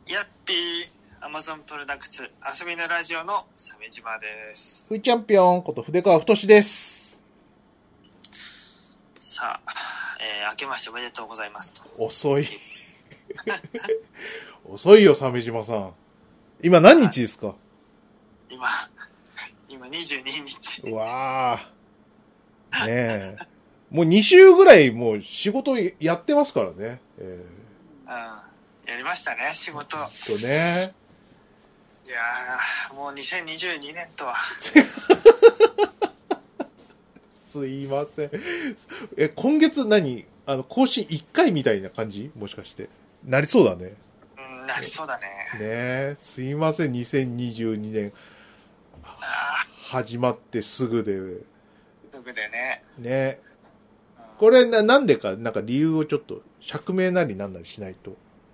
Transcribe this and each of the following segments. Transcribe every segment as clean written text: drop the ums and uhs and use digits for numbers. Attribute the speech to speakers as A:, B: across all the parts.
A: やっぴー、アマゾンプロダクツ遊びのラジオの鮫島です。
B: ふいチャンピオンこと筆川太です。
A: さあ、明けましておめでとうございますと。
B: 遅い遅いよ鮫島さん。今何日ですか？
A: 今22日。
B: うわーねえもう2週ぐらいもう仕事やってますからね。
A: やりましたね、仕事。
B: ね。
A: いやー、もう2022年とは。
B: すいません。今月更新1回みたいな感じ？もしかして。なりそうだね。
A: なりそうだね。
B: ねえ、すいません、2022年。始まってすぐで。
A: ね。
B: ね。これなんでか、なんか理由をちょっと、釈明なりなんなりしないと。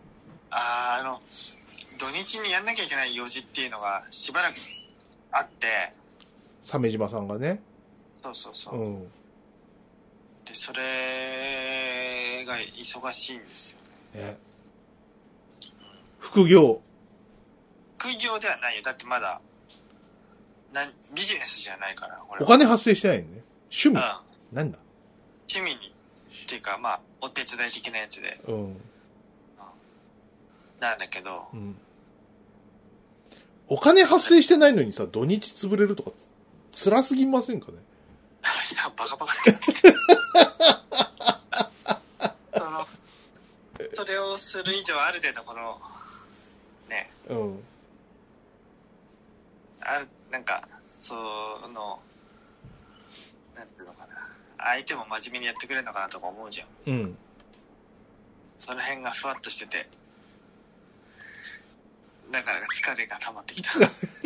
A: 土日にやんなきゃいけない用事っていうのがしばらくあって。
B: 鮫島さんがね。
A: そう。うん。で、それが忙しいんですよね。
B: 副業
A: ではないよ。だってまだ、ビジネスじゃないから、これ。
B: お金発生してないよね。趣味、なんだ
A: 趣味に、っていうか、まあ、お手伝い的なやつで。なんだけど、
B: お金発生してないのにさ、土日潰れるとか、辛すぎませんかね？
A: いや、バカバカ。それをする以上、ある程度ね。なんか、なんていうのかな。相手も真面目にやってくれるのかなとか思うじゃん。その辺がふわっとしてて、だから疲れが溜まってきた。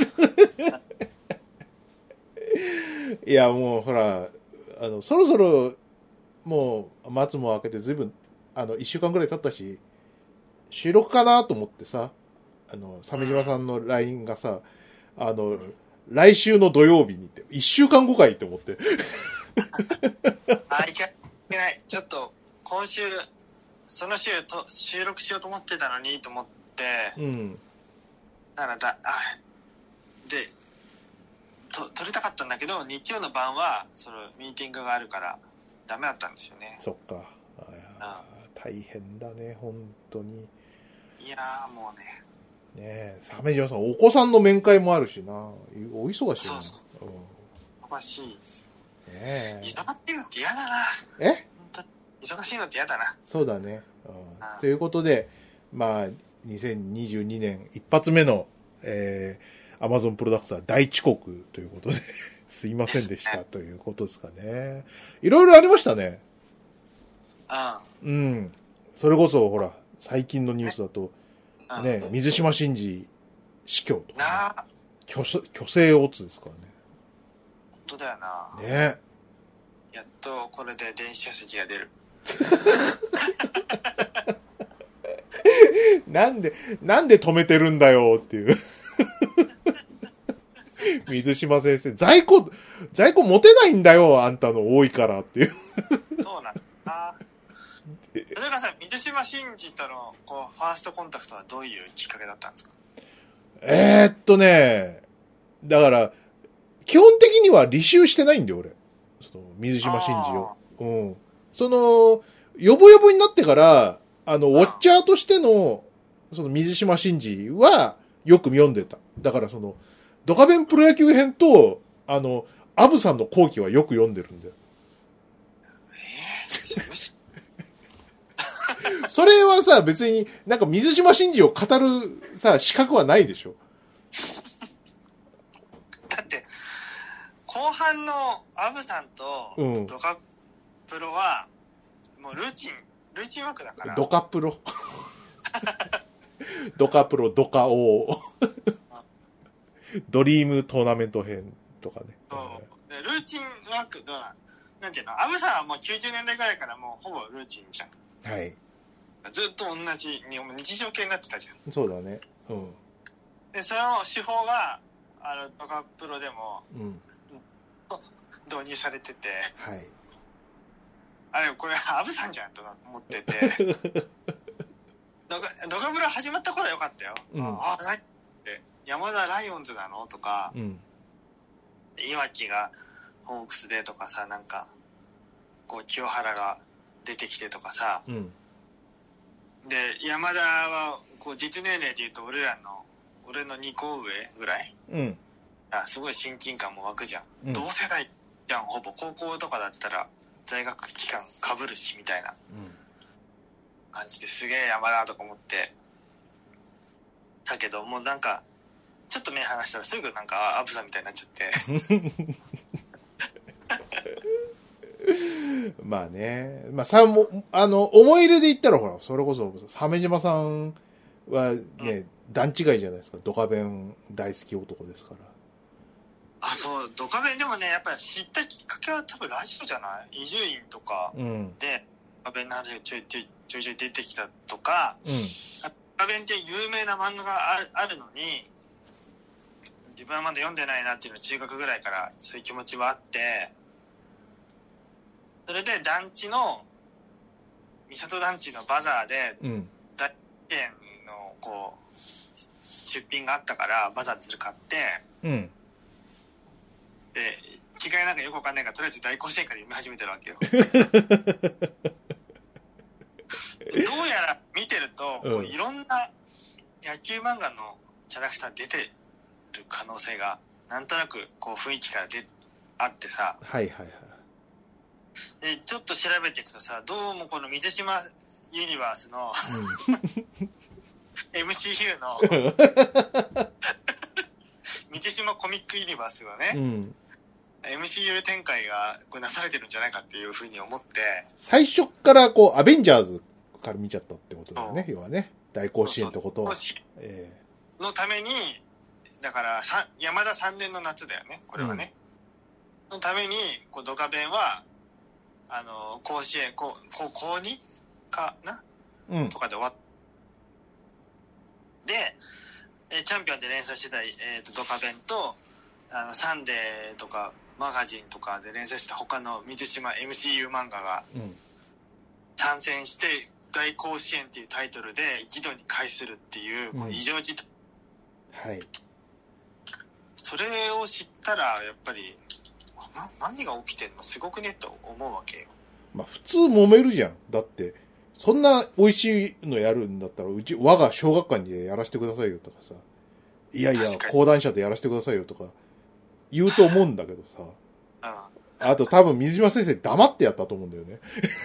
B: いや、もうほら、そろそろ、もう、松も開けてずいぶん、1週間ぐらい経ったし、収録かなと思ってさ、鮫島さんの LINE がさ、来週の土曜日にって、1週間後かいって思って。
A: いけない。ちょっと、今週、その週と収録しようと思ってたのにと思って、だからで、撮りたかったんだけど、日曜の晩は、ミーティングがあるから、ダメだったんですよね。
B: そっか。大変だね、本当に。
A: いやー、もうね。
B: ねえ、鮫島さん、お子さんの面会もあるしな。お忙しいな。
A: そう。忙しいですよ。
B: ねえ。
A: 忙しいのって嫌だな。忙しいのって嫌だな。
B: そうだね。ということで、まあ、2022年一発目の、Amazon プロダクツは大遅刻ということで、すいませんでしたということですかね。いろいろありましたね。それこそ、ほら、最近のニュースだと、ね、水島新司死去とか、ね、虚勢オツですからね。
A: 本当だよな。
B: ね。
A: やっとこれで電子書籍が出る。
B: なんで止めてるんだよっていう。水島先生、在庫持てないんだよ、あんたの多いからっていう。
A: そうなんだ。それがさ、水島新司とのファーストコンタクトはどういうきっかけだったんですか？
B: だから、基本的には履修してないんだよ、俺。水島新司を。ヨボヨボになってから、ウォッチャーとしての、水島新司は、よく読んでた。だからドカベンプロ野球編と、アブさんの後期はよく読んでるんだよ。それはさ、別になんか水島新司を語るさ、資格はないでしょ。
A: だって、後半のアブさんとドカプロは、もうルーチン枠だから。
B: ドカプロ。ドカプロ、ドカオー。ドリームトーナメント編とかね。
A: でルーチン枠は、なんていうの、アブさんはもう90年代ぐらいからもうほぼルーチンじゃん。
B: はい。
A: ずっと同じ日常系になってたじゃん。
B: そうだね。
A: で、その手法が、ドカプロでも、導入されてて、
B: はい。
A: これアブさんじゃんと思ってて。 ドカブラ始まった頃は良かったよ。何って山田ライオンズなのとか、岩木がホークスでとかさ、なんかこう清原が出てきてとかさ、で山田はこう実年齢でいうと俺の2個上ぐらい、すごい親近感も湧くじゃん、同世代じゃん。ほぼ高校とかだったら在学期間かぶるしみたいな感じですげえ山田とか思ってだけど、もうなんかちょっと目離したらすぐなんかアブさんみたいになっちゃって
B: まあね、まあさも思い入れで言ったらほら、それこそ鮫島さんはね、段違いじゃないですか。ドカベン大好き男ですから。
A: そう、ドカベンでもね、やっぱり知ったきっかけは多分ラジオじゃない？伊集院とかで、ドカベンの話がちょいちょい出てきたとか、ドカベンって有名な漫画があるのに、自分はまだ読んでないなっていうのは中学ぐらいからそういう気持ちはあって、それで団地の、三郷団地のバザーで、大店のこう、出品があったから、バザーでそれ買って、で、違いなんかよくわかんないから、とりあえず大甲子園から読み始めてるわけよ。どうやら見てると、こういろんな野球漫画のキャラクター出てる可能性が、なんとなくこう雰囲気からあってさ。で、ちょっと調べていくとさ、どうもこの水島ユニバースの、MCU の水島コミックユニバースがね、MCU 展開がこうなされてるんじゃないかっていうふうに思って、
B: 最初からこうアベンジャーズから見ちゃったってことだよね。要はね、大甲子園ってことは
A: のために、だから山田3年の夏だよね、これはね、のためにこうドカベンは甲子園高2かな、とかで終わってで、チャンピオンで連載してた、ドカベンとサンデーとかマガジンとかで連載した他の水島 MCU 漫画が参戦して、大甲子園っていうタイトルで一度に会するっていう、この異常事態、それを知ったらやっぱり何が起きてんのすごくねと思うわけよ。
B: まあ普通揉めるじゃん。だってそんな美味しいのやるんだったら我が小学館でやらせてくださいよとかさ、いやいや講談社でやらせてくださいよとか言うと思うんだけどさ、あと多分水島先生黙ってやったと思うんだよね。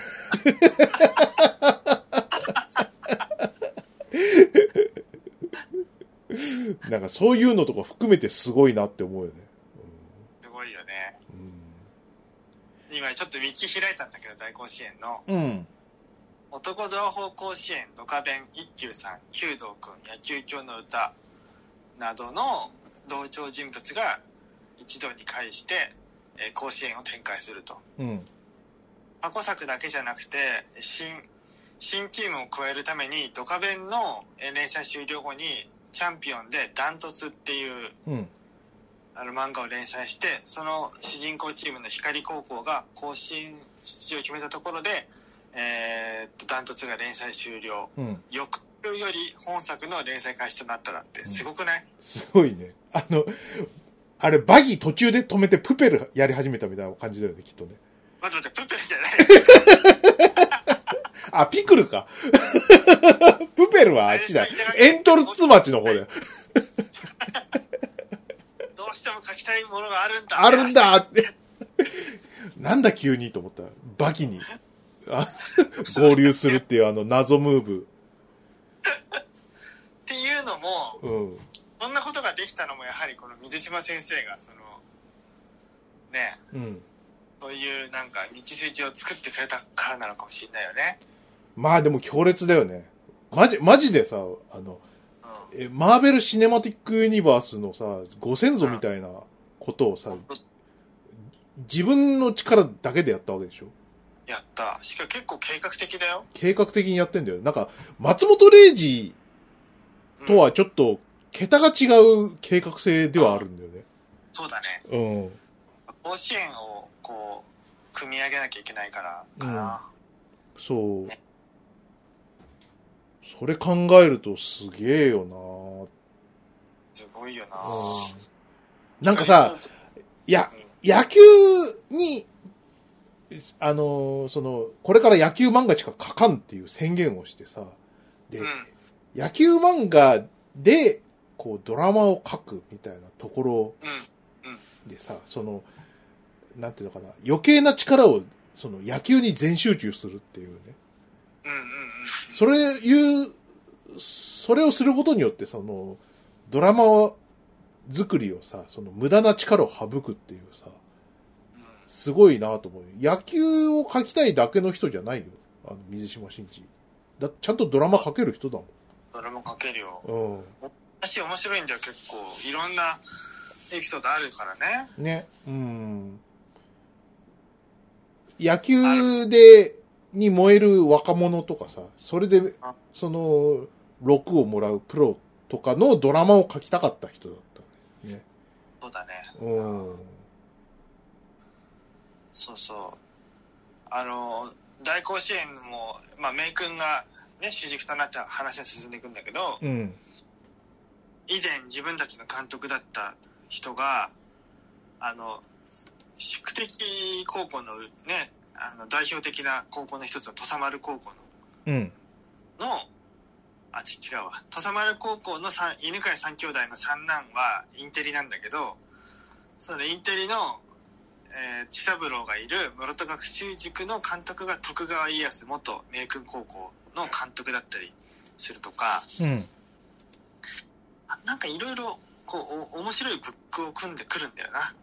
B: なんかそういうのとか含めてすごいなって思うよね。
A: すごいよね。今ちょっとウィキ開いたんだけど、大甲子園の。男同胞甲子園ドカベン一休さん、弓道くん、野球教の歌などの同調人物が一堂に会して、甲子園を展開すると。過去作だけじゃなくて新チームを加えるためにドカベンの連載終了後にチャンピオンでダントツっていう、漫画を連載して、その主人公チームの光高校が甲子園出場を決めたところで、ダントツが連載終了、翌より本作の連載開始となったらってすごくない？
B: すごいね。あれバギー途中で止めてプペルやり始めたみたいな感じだよね、きっとね。
A: まず待って、プペルじゃない
B: あ、ピクルか。プペルはあっちだ。エントルツバチの方だよ。
A: どうしても書きたいものがあるんだ。
B: あるんだって。なんだ急にと思ったら、バキに合流するっていう謎ムーブ。
A: っていうのも、そんなことができたのもやはりこの水島先生がね、そういうなんか道筋を作ってくれたからなのかもしれないよね。
B: まあでも強烈だよね。マジでさ、マーベルシネマティックユニバースのさ、ご先祖みたいなことをさ、自分の力だけでやったわけでしょ。
A: やった。しかも結構計画的だよ。
B: 計画的にやってんだよ。なんか、松本零士とはちょっと、桁が違う計画性ではあるんだよね。
A: そうだね。甲子園をこう、組み上げなきゃいけないからかな。
B: そう。ね、 それ考えるとすげえよな。
A: すごいよな。
B: なんかさ、野球に、これから野球漫画しか描かんっていう宣言をしてさ、で、野球漫画で、こう、ドラマを描くみたいなところでさ、なんていうのかな、余計な力を、野球に全集中するっていうね。それをすることによって、ドラマ作りをさ、無駄な力を省くっていうさ、すごいなと思う。野球を描きたいだけの人じゃないよ。水島新司。ちゃんとドラマ描ける人だもん。
A: ドラマ描けるよ。私面白いんだよ、結構。いろんなエピソードあるからね。
B: ね。野球に燃える若者とかさ、それで、6をもらうプロとかのドラマを描きたかった人だったね。
A: そうだね。そうそう。大甲子園も、名君がね、主軸となって話が進んでいくんだけど、以前自分たちの監督だった人が、宿敵高校のね、代表的な高校の一つの土佐丸高校の、違うわ。土佐丸高校の犬飼三兄弟の三男はインテリなんだけど、そのインテリの、千三郎がいる室戸学習塾の監督が徳川家康元明君高校の監督だったりするとか、なんかいろいろこう面白いブックを組んでくるんだよな。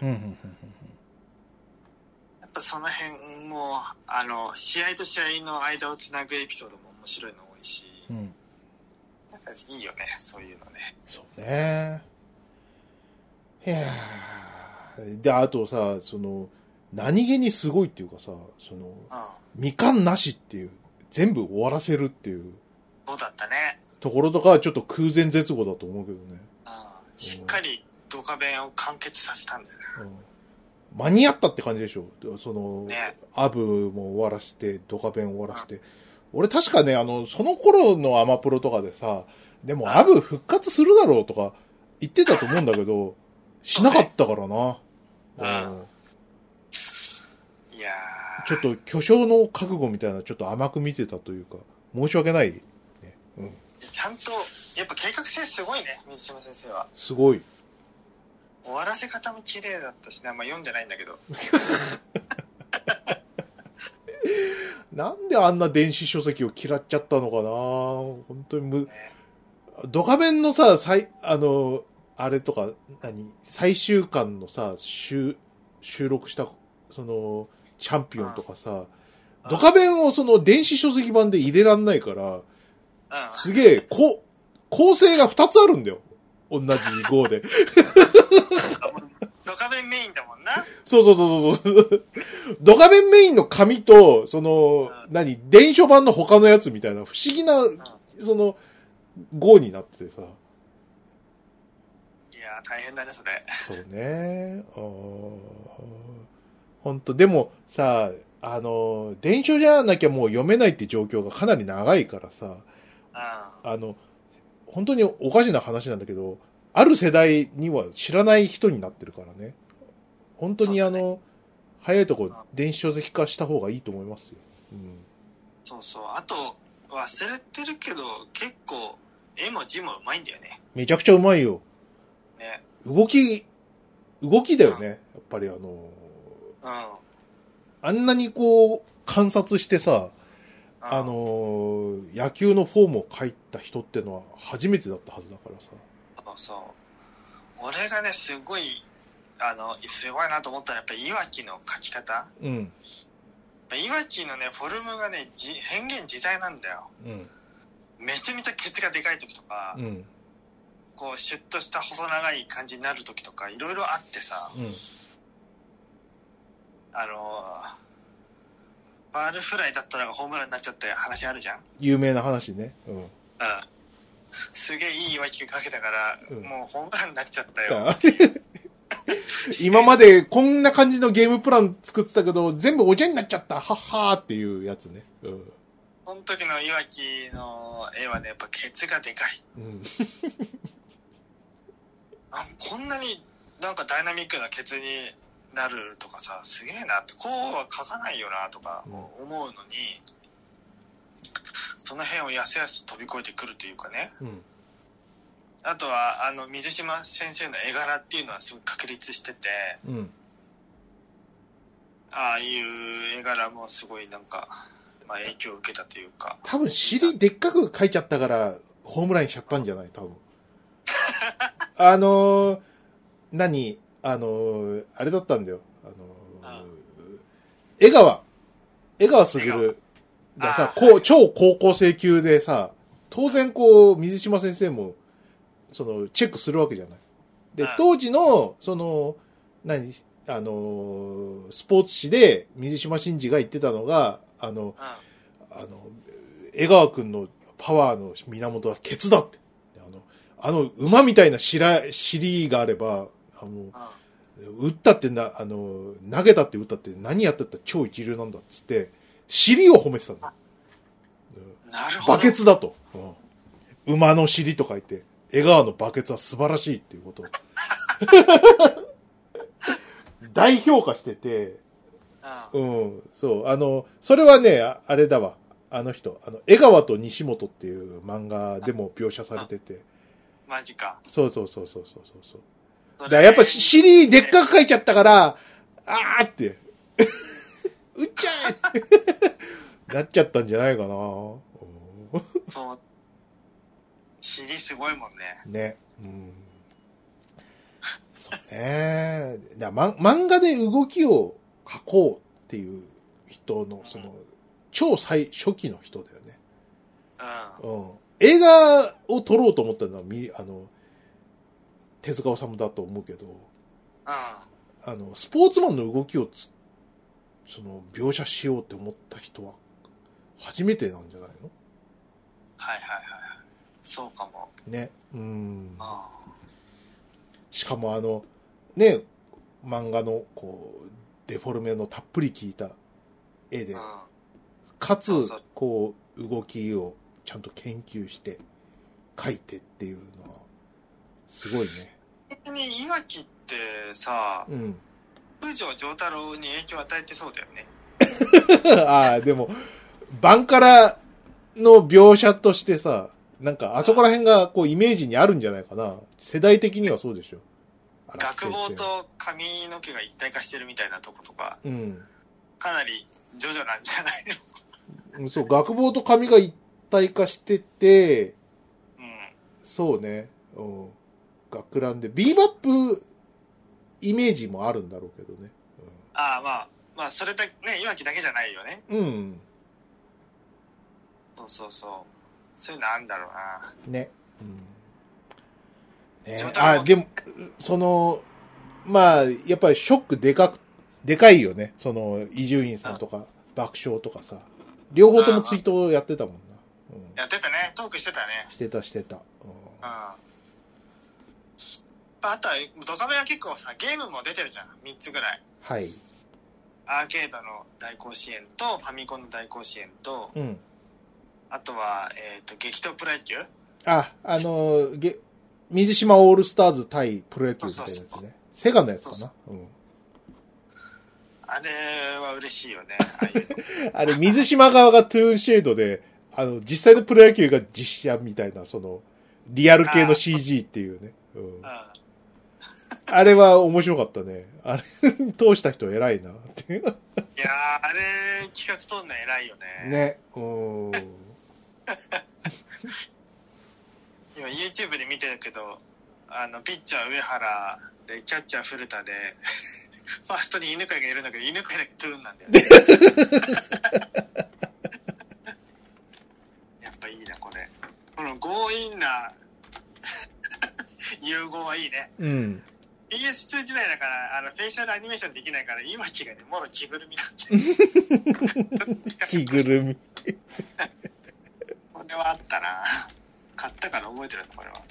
A: やっぱその辺も試合と試合の間をつなぐエピソードも面白いの多いし、なんかいいよね、そういうのね。
B: そうね。いやで、あとさ、何気にすごいっていうかさ、未完なしっていう、全部終わらせるっていう。
A: そうだったね。
B: ところとかはちょっと空前絶後だと思うけどね。
A: しっかりドカベンを完結させたんだよね。
B: 間に合ったって感じでしょ。
A: ね、
B: アブも終わらして、ドカベン終わらして。俺確かね、その頃のアマプロとかでさ、でもアブ復活するだろうとか言ってたと思うんだけど、しなかったからな。
A: いや
B: ちょっと巨匠の覚悟みたいなちょっと甘く見てたというか、申し訳ない、ね。
A: ちゃんと、やっぱ計画性すごいね、水島先生は。
B: すごい。
A: 終わらせ方も綺麗だったしね、読んでないんだけど。
B: なんであんな電子書籍を嫌っちゃったのかな。本当にドカベンのさ、あれとか、最終巻のさ、収録した、チャンピオンとかさ、ドカベンを電子書籍版で入れらんないから、すげえ、構成が2つあるんだよ。同じ号で。
A: ドカベンメインだもんな。
B: そう。ドカベンメインの紙と、電書版の他のやつみたいな不思議な、号になっててさ。
A: いやー、大変だね、それ。
B: そうね。ほんと、でもさ、電書じゃなきゃもう読めないって状況がかなり長いからさ、本当におかしな話なんだけど、ある世代には知らない人になってるからね。本当に早いとこ電子書籍化した方がいいと思いますよ。
A: そうそう。あと、忘れてるけど、結構、絵も字もうまいんだよね。
B: めちゃくちゃうまいよ。
A: ね。
B: 動きだよね。やっぱりあんなに観察してさ、野球のフォームを描いた人ってのは初めてだったはずだからさ。
A: そう。俺がね、すごいなと思ったらやっぱりいわきの描き方。いわきのね、フォルムがね、変幻自在なんだよ。めちゃめちゃケツがでかい時とか、こうシュッとした細長い感じになる時とかいろいろあってさ、ファールフライだったのがホームランになっちゃった話あるじゃん。
B: 有名な話ね。
A: すげえいい岩木かけたから、もうホームランになっちゃったよ。
B: 今までこんな感じのゲームプラン作ってたけど、全部おじゃになっちゃった。はっはーっていうやつね。
A: その時のいわきの絵はね、やっぱケツがでかい。うん、こんなになんかダイナミックなケツになるとかさ、すげえなって、こうは描かないよなとか思うのに、その辺をやすやすと飛び越えてくるというかね。うん、あとは水島先生の絵柄っていうのはすごく確立してて、うん、ああいう絵柄もすごいなんか、まあ、影響を受けたというか。
B: 多分尻でっかく描いちゃったからホームランしちゃったんじゃない多分。何あれだったんだよ。江川卓がさ、超高校生級でさ、当然こう、水島先生も、チェックするわけじゃない。で、当時の、スポーツ誌で水島新司が言ってたのが、江川くんのパワーの源はケツだって。馬みたいな尻があれば、打ったって投げたって打ったって何やってたら超一流なんだっつって、尻を褒めてたんだ。
A: なるほど。
B: バケツだと。うん、馬の尻と書いて、江川のバケツは素晴らしいっていうことを。大評価してて、うん、そう、それはね、あれだわ。江川と西本っていう漫画でも描写されてて。
A: マジか。
B: そう。だからやっぱ尻でっかく書いちゃったから、あーって、打っちゃえなっちゃったんじゃないかな。そう。
A: 尻すごいもんね。
B: ね。うん。そうね。漫画で動きを描こうっていう人の、超初期の人だよね。うん。映画を撮ろうと思ったのは、手塚治虫だと思うけど、スポーツマンの動きを描写しようって思った人は、初めてなんじゃないの？
A: はい。そうかも。
B: ね。しかもね、漫画の、デフォルメのたっぷり効いた絵で、かつ、動きをちゃんと研究して描いてっていうのはすごいね。
A: 逆に岩城ってさ、風城丈太郎に影響を与えてそうだよね。
B: ああ、でもバンカラの描写としてさ、なんかあそこら辺がイメージにあるんじゃないかな。世代的にはそうでしょ。
A: 学帽と髪の毛が一体化してるみたいなとことか、かなりジョジョなんじゃない
B: の？そう、学帽と髪が一体化してて、そうね、学ランでビーバップイメージもあるんだろうけどね。
A: まあそれだけね、岩城だけじゃないよね。そういうのあるんだろうな。
B: ね。でもまあやっぱりショックでかいよね。伊集院さんとか爆笑とかさ、両方ともツイートやってたもんな。
A: やってたね。トークしてたね。
B: してた。
A: あとはドカベは結構さ、ゲームも出てるじゃん。3つぐらい。
B: はい。
A: アーケードの大甲子園とファミコンの大甲子園と、あとは激闘プロ野球。
B: 水島オールスターズ対プロ野球みたいなやつね。セガのやつかな。
A: あれは嬉しいよね。
B: あれ水島側がトゥーンシェードで、実際のプロ野球が実写みたいな、リアル系の CG っていうね。あれは面白かったね。あれ、通した人偉いなって。いやー、
A: あれ、企画通んの偉いよね。
B: ね。
A: 今 YouTube で見てるけど、ピッチャー上原で、キャッチャー古田で、ファーストに犬飼がいるんだけど、犬飼だけトゥーンなんだよね。やっぱいいな、これ。この強引な融合はいいね。PS2 時代だから、フェイシャルアニメーションできないから、岩城がね、もろ着ぐるみなんで。
B: 着ぐるみ。
A: これはあったな。買ったから覚えてるの、これは。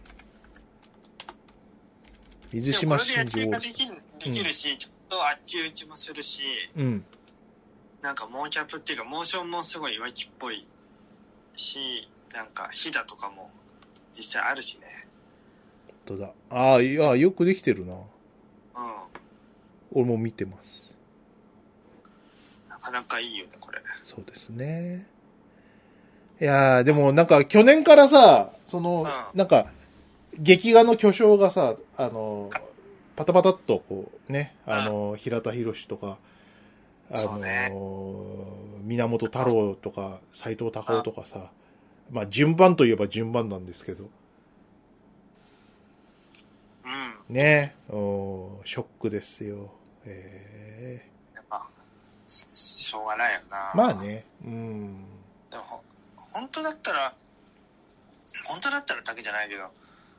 B: 水島新司
A: これで野球ができるし、ちょっとあっち打ちもするし、 なんかモーキャップっていうかモーションもすごいいわきっぽいし、なんかヒダとかも実際あるしね。
B: 本当だ。ああ、いや、よくできてるな。
A: うん。
B: 俺も見てます。
A: なかなかいいよね、これ。
B: そうですね。いやー、でもなんか去年からさ、なんか、劇画の巨匠がさ、パタパタっとこう、ね、平田博とか、
A: ね、
B: 源太郎とか、斎藤隆夫とかさ、まあ順番といえば順番なんですけど、
A: うん。
B: ね、ショックですよ。
A: やっぱ、しょうがないよな。
B: まあね、うん。
A: でも、本当だったらだけじゃないけど、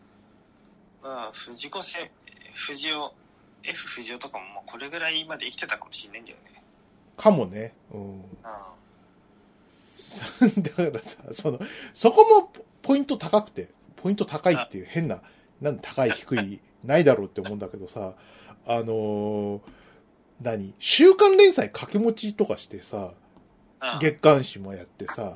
A: 藤尾、F 藤尾とかももうこれぐらいまで生きてたかもしれないんだよね。
B: かもね。うん。だからさ、そこもポイント高くて、ポイント高いっていう変な、なんで高い低いないだろうって思うんだけどさ、週刊連載掛け持ちとかしてさ、月刊誌もやってさ、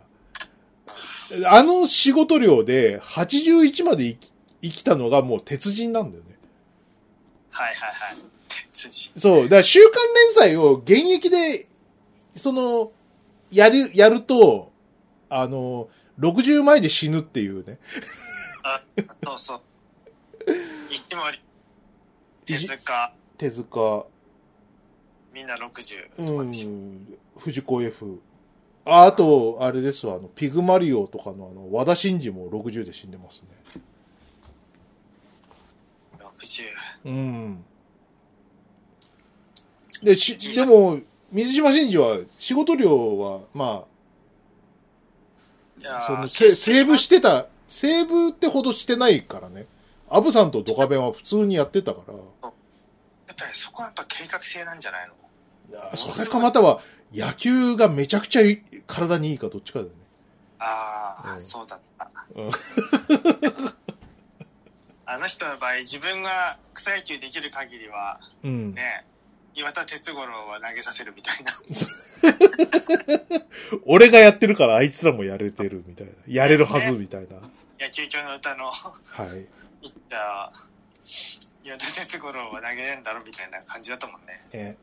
B: 仕事量で81まで生きたのがもう鉄人なんだよね。
A: はいはいはい。鉄人。
B: そう。だから週刊連載を現役で、やると、60前で死ぬっていうね。
A: そうそう。一森。手
B: 塚。
A: みんな60
B: とかでしょ。藤子 F。あと、あれですわ、ピグマリオとかの和田真二も60で死んでますね。
A: 60。
B: うん。でも、水島真司は、仕事量は、まあ、セーブってほどしてないからね。アブさんとドカベンは普通にやってたから。やっ
A: ぱりそこはやっぱ計画性なんじゃないの？
B: いや、それかまたは、野球がめちゃくちゃ体にいいかどっちかだよね。
A: ああ、そうだった。あの人の場合、自分が草野球できる限りは、ね、岩田哲五郎は投げさせるみたいな。
B: 俺がやってるからあいつらもやれてるみたいな。やれるはずみたいな。
A: 野球教の歌の、
B: はい。
A: 言った岩田哲五郎は投げれんだろみたいな感じだったもんね。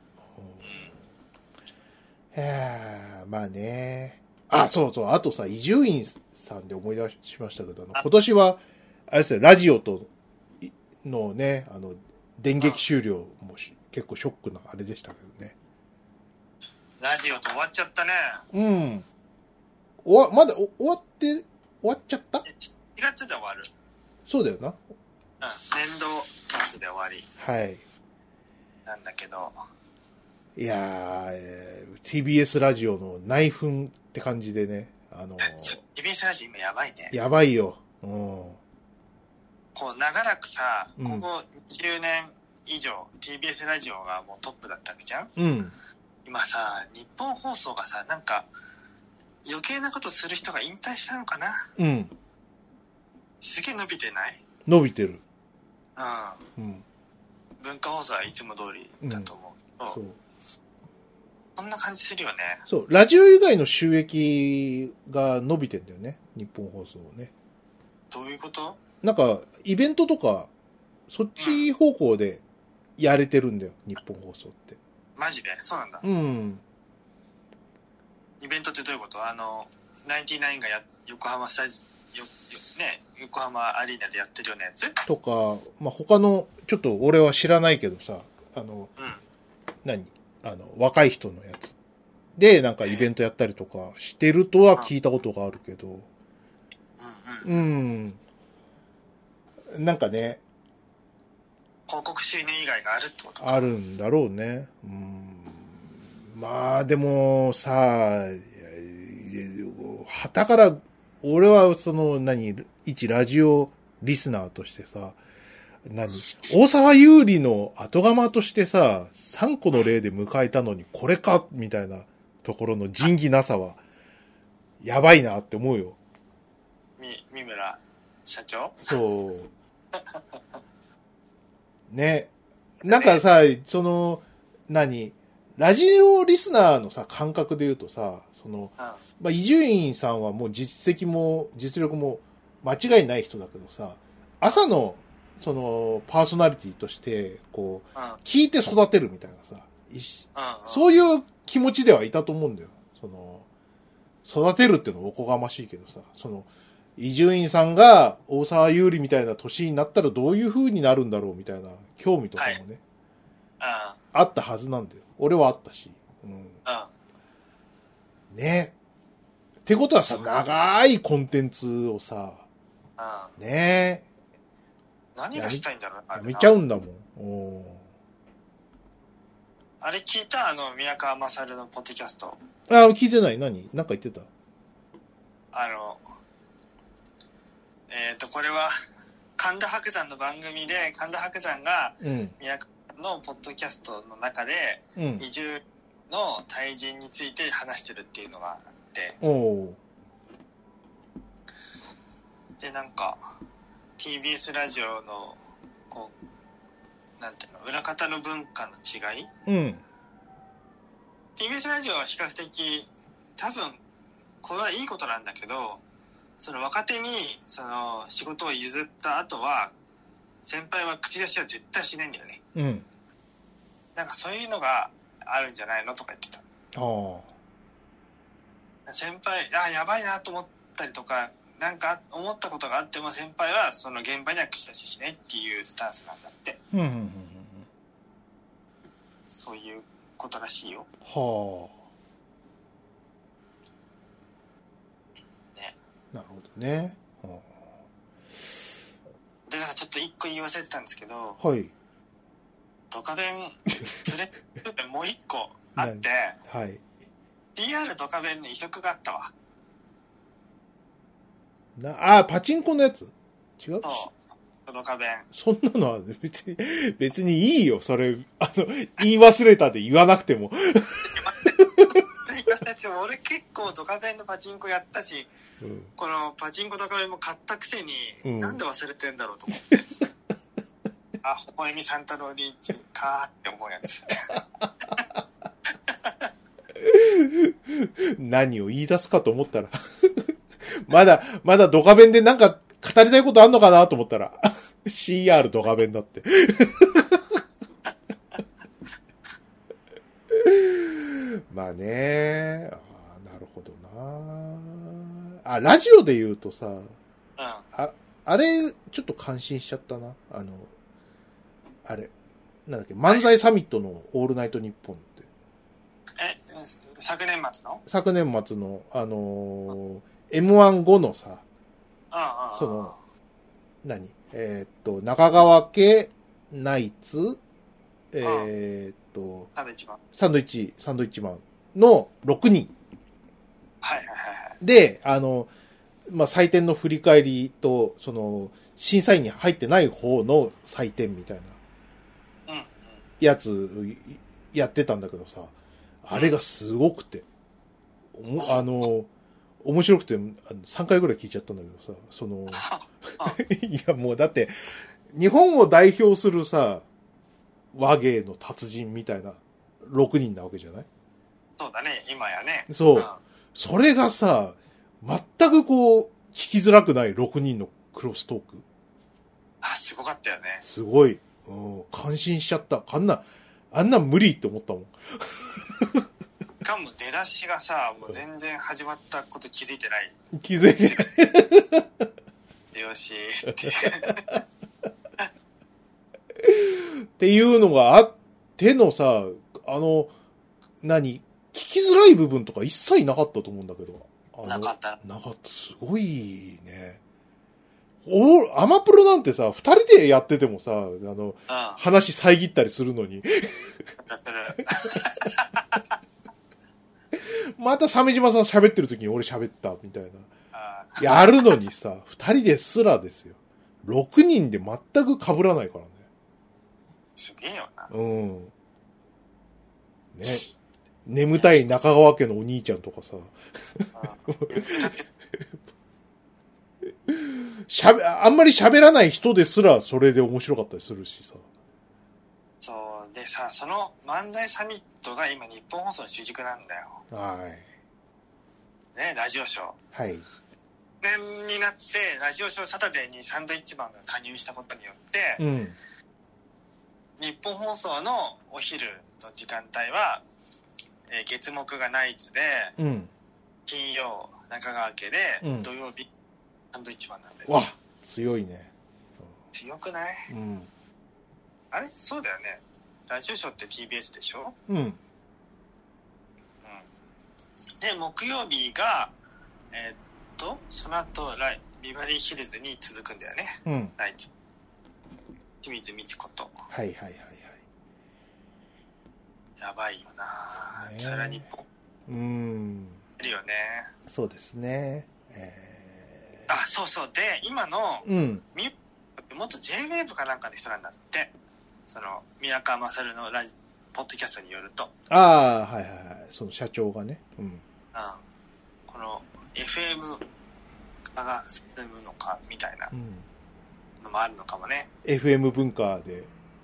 B: まあね。あ、そうそう。あとさ、伊集院さんで思い出しましたけど、今年は、あれですね、ラジオとのね、電撃終了も結構ショックなあれでしたけどね。
A: ラジオと終わっちゃったね。
B: うん。まだ終わっちゃった？
A: 1 月で終わる。
B: そうだよな。
A: うん。年度末で終わり。
B: はい。
A: なんだけど。
B: いやー、TBS ラジオの内紛って感じでね。
A: TBS ラジオ今やばいね。
B: やばいよ。うん。
A: こう長らくさ、ここ20年以上 TBS ラジオがもうトップだったわけじゃん。
B: うん。
A: 今さ、日本放送がさ、なんか余計なことする人が引退したのかな。
B: うん。
A: すげえ伸びてない？
B: 伸びてる。
A: うん。文化放送はいつも通りだと思う。そう。そんな感じするよね。
B: そう。ラジオ以外の収益が伸びてんだよね。日本放送ね。
A: どういうこと？
B: なんか、イベントとか、そっち方向でやれてるんだよ。日本放送って。
A: マジで？そうなんだ。
B: うん。
A: イベントってどういうこと？ナインティナインが横浜スタジね、横浜アリーナでやってるようなやつ
B: とか、まあ、他の、ちょっと俺は知らないけどさ、若い人のやつで、なんかイベントやったりとかしてるとは聞いたことがあるけど、なんかね、
A: 広告収入以外があるってこと
B: か。あるんだろうね。まあ、でもさ、旗から、俺は一ラジオリスナーとしてさ、大沢優里の後釜としてさ、3個の例で迎えたのにこれかみたいなところの仁義なさは、やばいなって思うよ。
A: 三村社長？
B: そう。ね。なんかさ、 ラジオリスナーのさ、感覚で言うとさ、伊集院さんはもう実績も実力も間違いない人だけどさ、朝の、パーソナリティとして、こう、聞いて育てるみたいなさ、そういう気持ちではいたと思うんだよ。育てるっていうのはおこがましいけどさ、伊集院さんが大沢優里みたいな年になったらどういう風になるんだろうみたいな興味とかもね、あったはずなんだよ。俺はあったし。ね。ってことはさ、長いコンテンツをさ、ねえ。
A: 何がしたいんだろう
B: な。やめちゃうんだもん。
A: あれ聞いた宮川勝のポッドキャスト。
B: 聞いてない。何か言ってた？
A: これは、神田伯山の番組で、神田伯山が、宮川のポッドキャストの中で、移住の対人について話してるっていうのがあって、で、なんか、TBS ラジオの、こう、なんていうの、裏方の文化の違い、TBS ラジオは比較的、多分、これはいいことなんだけど、若手に、仕事を譲った後は、先輩は口出しは絶対しないんだよね。なんかそういうのがあるんじゃないのとか言ってた。先輩、やばいなと思ったりとか、なんか思ったことがあっても先輩はその現場には口出ししないっていうスタンスなんだって。そういうことらしいよ。ね。
B: なるほどね。
A: で、ちょっと一個言い忘れてたんですけど、ドカベン、それってもう一個あって、TR ドカベンに移植があったわ。
B: パチンコのやつ？違う？
A: そう。ドカベン。
B: そんなのは別にいいよ。それ、言い忘れたで言わなくても。
A: 俺結構ドカベンのパチンコやったし、このパチンコドカベンも買ったくせに、なんで忘れてんだろうと思って。ほほえみサンタローリーチかーって思うやつ。
B: 何を言い出すかと思ったら。まだドカベンでなんか語りたいことあんのかなと思ったら、CR ドカベンだって。まあね、なるほどな。ラジオで言うとさ、あれ、ちょっと感心しちゃったな。あれ、なんだっけ、漫才サミットのオールナイトニッポンって。
A: 昨年末の
B: M1 後のさ、中川家ナイツ、サンドイッチマンの6人。で、採点の振り返りと、審査員に入ってない方の採点みたいな、やつ、やってたんだけどさ、あれがすごくて、面白くて、3回ぐらい聞いちゃったんだけどさ、いやもうだって、日本を代表するさ、和芸の達人みたいな6人なわけじゃない？
A: そうだね、今やね。
B: そう。それがさ、全くこう、聞きづらくない6人のクロストーク。
A: すごかったよね。
B: すごい。感心しちゃった。あんな無理って思ったもん。
A: しかも出だしがさ、もう全然始まったこと気づいてない。
B: 気づいてない。
A: よしって。
B: っていうのがあってのさ、聞きづらい部分とか一切なかったと思うんだけど。
A: なかった。
B: すごいね。アマプロなんてさ、二人でやっててもさ、話遮ったりするのに。また鮫島さん喋ってる時に俺喋ったみたいな。やるのにさ、二人ですらですよ。6人で全く被らないからね。
A: すげえよな。
B: ね。眠たい中川家のお兄ちゃんとかさ。あんまり喋らない人ですらそれで面白かったりするしさ。
A: そうでさ、その漫才サミットが今日本放送の主軸なんだよ。
B: はい。
A: ね、ラジオショー。
B: はい。
A: 年になってラジオショーサタデーにサンドイッチマンが加入したことによって、
B: うん、
A: 日本放送のお昼の時間帯は、月木がナイツで、
B: うん、
A: 金曜中川家で、
B: うん、
A: 土曜日サンドイッチマンなんだよ。
B: わ、強いね。
A: 強くない？
B: うん。
A: あれそうだよね。ラジオショーって TBS でしょ？
B: うん。うん。
A: で、木曜日が、その後ビバリーヒルズに続くんだよね。
B: うん。
A: ナイツ。清水ミチコと。
B: はいはいはいはい。
A: やばいよな、ね、それは日本。いるよね。
B: そうですね。
A: あ、そうそう。で、今の、元 J-WAVE かなんかの人なんだって。その、宮川勝のポッドキャストによると。
B: ああ、はいはいはい。その社長がね。うん。
A: この、FM 化が進むのか、みたいなのもあるのかもね。
B: FM 文化で。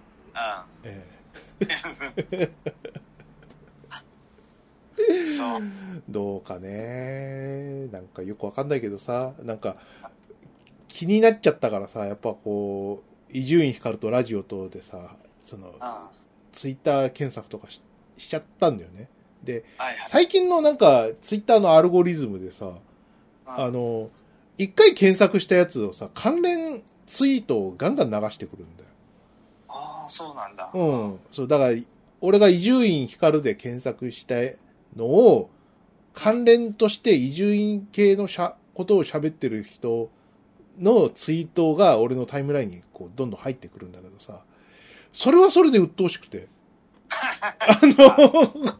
A: そう。
B: どうかね。なんかよくわかんないけどさ、なんか気になっちゃったからさ、やっぱこう、伊集院光とラジオとでさ、その、ツイッター検索とか しちゃったんだよね。で、最近のなんかツイッターのアルゴリズムでさ、一回検索したやつをさ、関連ツイートをガンガン流してくるんだよ。
A: ああ、そうなんだ。
B: うん。そう、だから、俺が伊集院光で検索したのを、関連として伊集院系のことを喋ってる人のツイートが俺のタイムラインにこうどんどん入ってくるんだけどさ、それはそれで鬱陶しくて。なるほど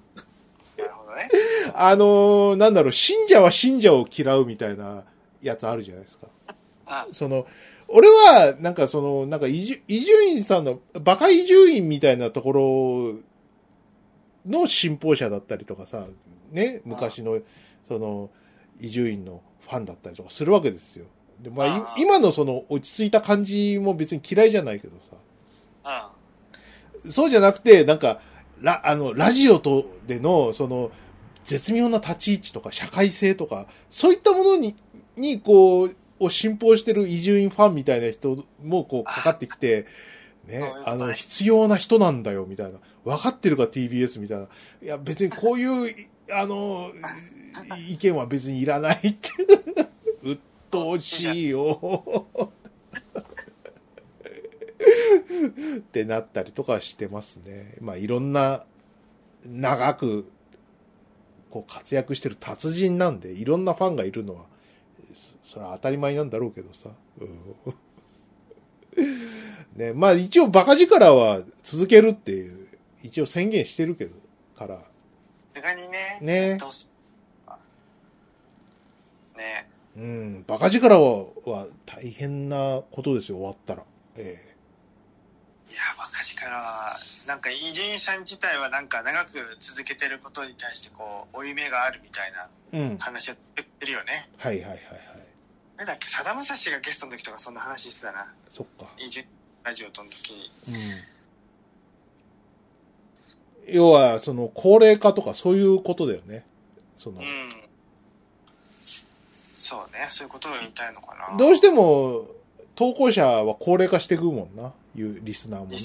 B: ね。なんだろう、信者は信者を嫌うみたいなやつあるじゃないですか。その、俺は、なんかなんか伊集院さんの、バカ伊集院みたいなところの信奉者だったりとかさ、ね、昔の、伊集院のファンだったりとかするわけですよ。で、まあ、今のその落ち着いた感じも別に嫌いじゃないけどさ。そうじゃなくて、なんか、ラジオとでの、絶妙な立ち位置とか社会性とか、そういったものにこう、を信奉してる伊集院ファンみたいな人もこうかかってきて、ね、必要な人なんだよ、みたいな。分かってるか TBS みたいな。いや、別にこういう、意見は別にいらないって。鬱陶しいよ。ってなったりとかしてますね。まあ、いろんな、長く、こう活躍してる達人なんで、いろんなファンがいるのは、それは当たり前なんだろうけどさ。ね、まあ一応バカ力は続けるっていう、一応宣言してるけど、から。
A: さすがにね。
B: ね。
A: ね。
B: うん、バカ力は大変なことですよ、終わったら。いや、
A: バカ力は、なんか伊集院さん自体はなんか長く続けてることに対してこう、負い目があるみたいな話を言ってるよね。
B: はいはいはいはい。
A: なんだっけ、さだまさしがゲストの時とかそんな話してたな。
B: そっか。
A: ラジオとの時に。
B: 要は、高齢化とかそういうことだよね。そうね、
A: そういうことを言いたいのかな。
B: どうしても、投稿者は高齢化していくもんな。いうリスナーも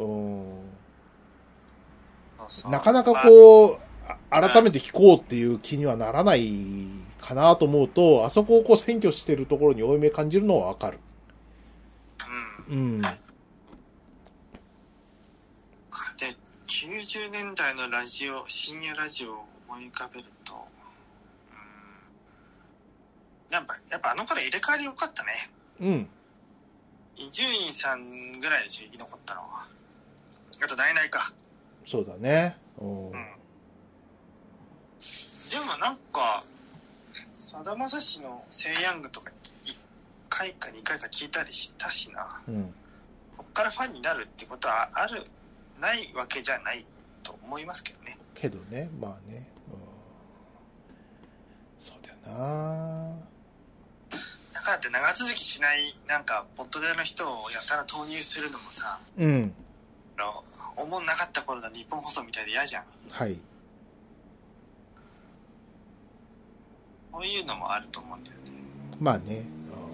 B: な。なかなかこう、改めて聞こうっていう気にはならないかなと思うと、あそこをこう占拠してるところに負い目感じるのはわかる。
A: で、90年代の深夜ラジオを思い浮かべると、やっぱあの頃入れ替わり良かったね。伊集院さんぐらいで生き残ったのは。あと、ナイナイか。
B: そうだね。
A: でもなんか、さだまさしのセイヤングとか1回か2回か聞いたりしたしな。こっからファンになるってことはないわけじゃないと思いますけどね。
B: けどね、まあね。そうだよな。
A: だからって長続きしない、なんか、ポッドでの人をやたら投入するのもさ、 おもんなかった頃の日本放送みたいで嫌じゃん。
B: はい。
A: こういうのもあると思うんだよね。
B: まあね。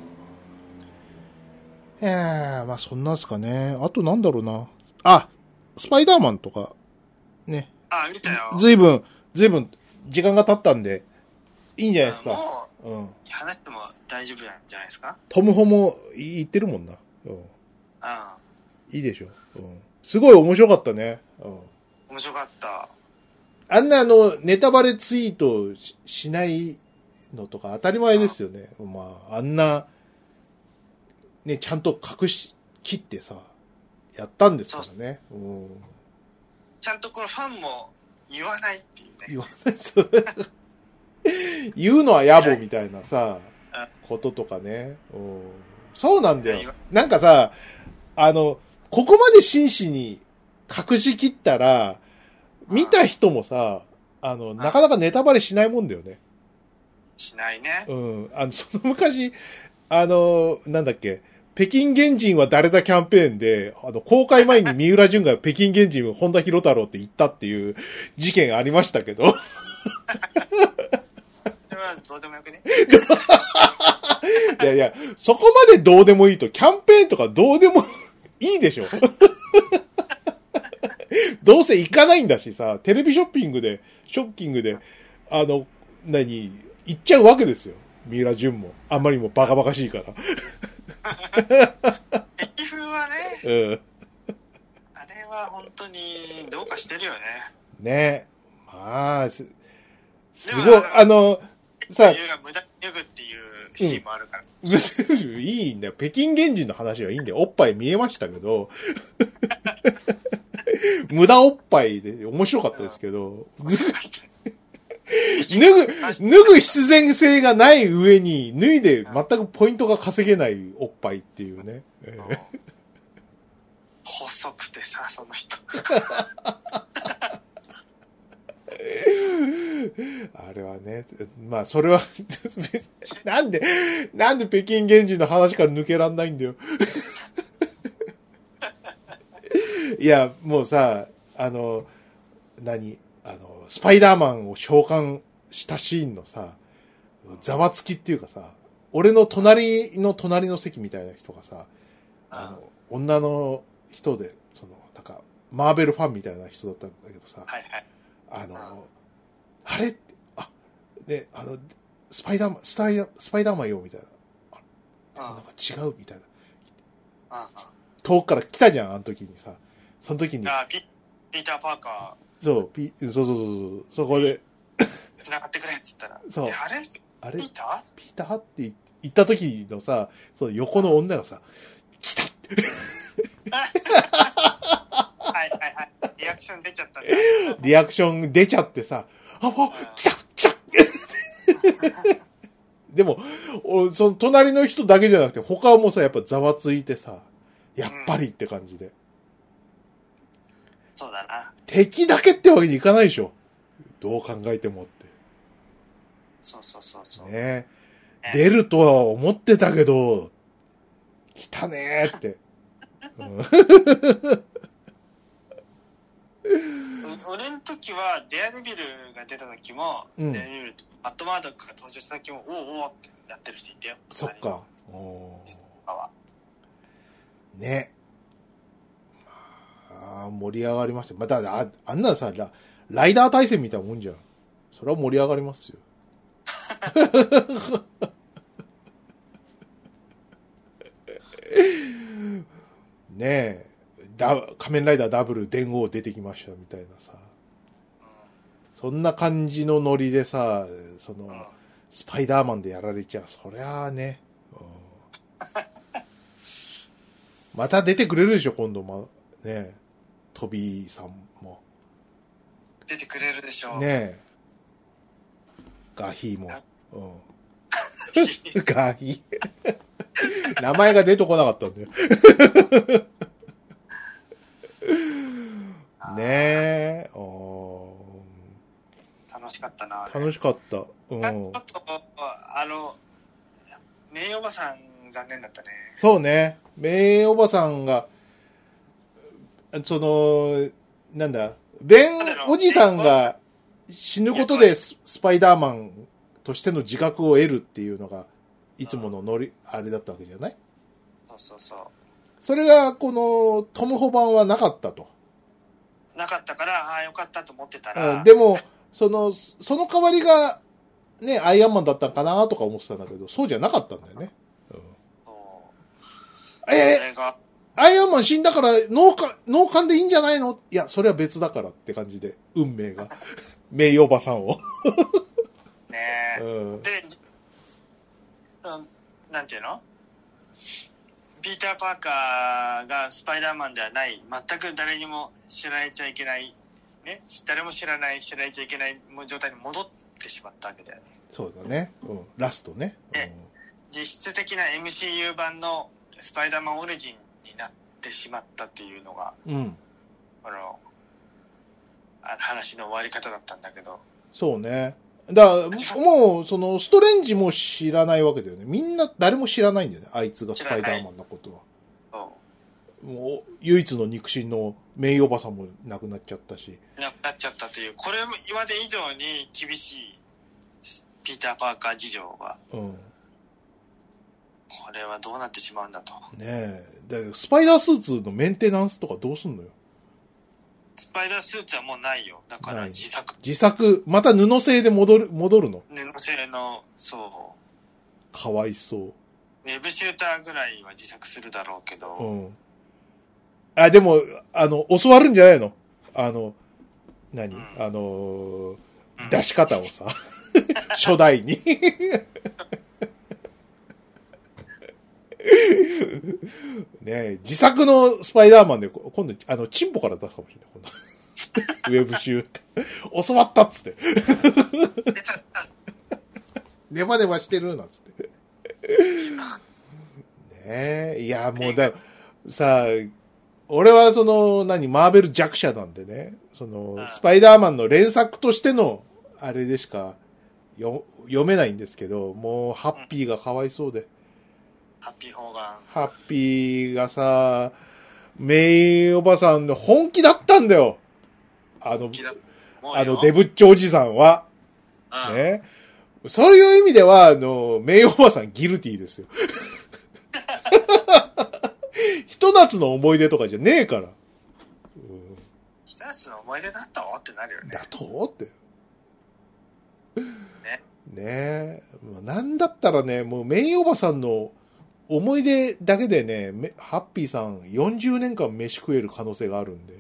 B: まあそんなんすかね。あとなんだろうな。あ、スパイダーマンとか、ね。
A: あ、見たよ。
B: ずいぶん時間が経ったんで、いいんじゃないですか。
A: もう、話しても大丈夫なんじゃないですか。
B: トムホも言ってるもんな。
A: い
B: いいでしょ。すごい面白かったね。
A: 面白かった。
B: あんなネタバレツイート しないのとか当たり前ですよね。まあ、あんな、ね、ちゃんと隠し切ってさ、やったんですからね。
A: ちゃんとこのファンも言わないっていうね。
B: 言わない。言うのは野暮みたいなさ、こととかね。そうなんだよ。なんかさ、ここまで真摯に隠し切ったら、見た人もさ、なかなかネタバレしないもんだよね。
A: しないね。
B: その昔、なんだっけ、北京原人は誰だキャンペーンで、公開前に三浦淳が北京原人は本田博太郎って言ったっていう事件ありましたけど。そ
A: れはどうでもよくね。
B: いやいや、そこまでどうでもいいと、キャンペーンとかどうでもいいでしょ。どうせ行かないんだしさ、テレビショッキングで、行っちゃうわけですよ。三浦淳も。あんまりもバカバカしいから。
A: 駅風はね、あれは本当にどうかしてるよね。ね。
B: まあ、すごい、さ、
A: 優が無駄に脱ぐっていうシーンもあるから。
B: いいんだよ。北京原人の話はいいんだよ。おっぱい見えましたけど。無駄おっぱいで面白かったですけど。脱ぐ必然性がない上に、脱いで全くポイントが稼げないおっぱいっていうね。
A: 細くてさ、その人。
B: あれはね、まあそれはなんで北京原人の話から抜けらんないんだよ。いや、もうさ、スパイダーマンを召喚したシーンのさ、ざわつきっていうかさ、俺の隣の席みたいな人がさ、女の人で、なんか、マーベルファンみたいな人だったんだけどさ、
A: はいはい、
B: あれね、スパイダーマンよ、みたいな。なんか違うみたいな。遠くから来たじゃん、あの時にさ。その時に。
A: ピーター・パーカ
B: ー。そう、そこで。
A: 繋がってくれっつったら。
B: そう。
A: あれピータ
B: ーって言った時のさ、その横の女がさ、来た
A: はい。リアクション出ちゃったんだ。
B: リアクション出ちゃってさ、来たでも、その隣の人だけじゃなくて、他もさ、やっぱざわついてさ、やっぱりって感じで。
A: そうだな。
B: 敵だけってわけにいかないでしょ。どう考えてもって。
A: そう。
B: ね。出るとは思ってたけど、来たねーって。
A: 俺の時は、デアデビルが出た時も、デアデビルとマットマードックが登場した時も、おーってやってる人いたよ。
B: そっか。ね。盛り上がりました。また、あんなさ、ライダー対戦みたいなもんじゃん。それは盛り上がりますよ。ねえ。仮面ライダーダブル電王出てきましたみたいなさ。そんな感じのノリでさ、スパイダーマンでやられちゃう。そりゃあね。また出てくれるでしょ、今度ね。トビーさんも。
A: 出てくれるでしょう。
B: ねえ。ガヒーも。ガヒー。名前が出てこなかったんだよ。ねえ。
A: 楽しかったな。
B: 楽しかった。ちょ
A: っと、名誉おばさん残念だったね。
B: そうね。名誉おばさんが、 その、なんだ、ベンおじさんが死ぬことでスパイダーマンとしての自覚を得るっていうのが、いつものノリ、あれだったわけじゃない？
A: そうそうそう。
B: それが、この、トム・ホバンはなかったと。
A: なかったから、ああ、よかったと思ってたら。
B: でも、その代わりが、ね、アイアンマンだったのかなとか思ってたんだけど、そうじゃなかったんだよね。アイアンマン死んだから脳幹でいいんじゃないの？いや、それは別だからって感じで、運命が。名誉おばさんを。
A: ねえ。で、なんていうの？ピーター・パーカーがスパイダーマンではない、全く誰にも知られちゃいけない、ね、誰も知られちゃいけない状態に戻ってしまったわけだよね。
B: そうだね。ラストね。
A: 実質的な MCU 版のスパイダーマンオリジンになってしまったっていうのが、話の終わり方だったんだけど。
B: そうね。だからもう、その、ストレンジも知らないわけだよね。みんな、誰も知らないんだよね。あいつがスパイダーマンのことは。もう、唯一の肉親のメイおばさんも亡くなっちゃったし。
A: 亡くなっちゃったという、これまで以上に厳しいピーター・パーカー事情が。これはどうなってしまうんだと。
B: ねえ。だからスパイダースーツのメンテナンスとかどうすんのよ。
A: スパイダースーツはもうないよ。だから自
B: 作。また布製で戻るの？
A: 布製の、そう。
B: かわいそう。
A: ウェブシューターぐらいは自作するだろうけど。
B: でも、教わるんじゃないの？出し方をさ。初代に。ねえ、自作のスパイダーマンで、今度、チンポから出すかもしれない。今度ウェブシューって。教わったっつって。ネバネバしてるなんつって。ねえ、いや、もうさ、俺はマーベル弱者なんでね、スパイダーマンの連作としての、あれでしか読めないんですけど、もう、ハッピーがかわいそうで。
A: ハッピー・ホーガン。
B: ハッピーがさ、メイおばさんの本気だったんだよ。デブッチョおじさんは。ね。そういう意味では、メイおばさんギルティーですよ。ひと夏の思い出とかじゃねえから。
A: ひと夏の思い出だったってなるよね。
B: だとって。ねえ。なんだったらね、もうメイおばさんの思い出だけでね、ハッピーさん40年間飯食える可能性があるんで。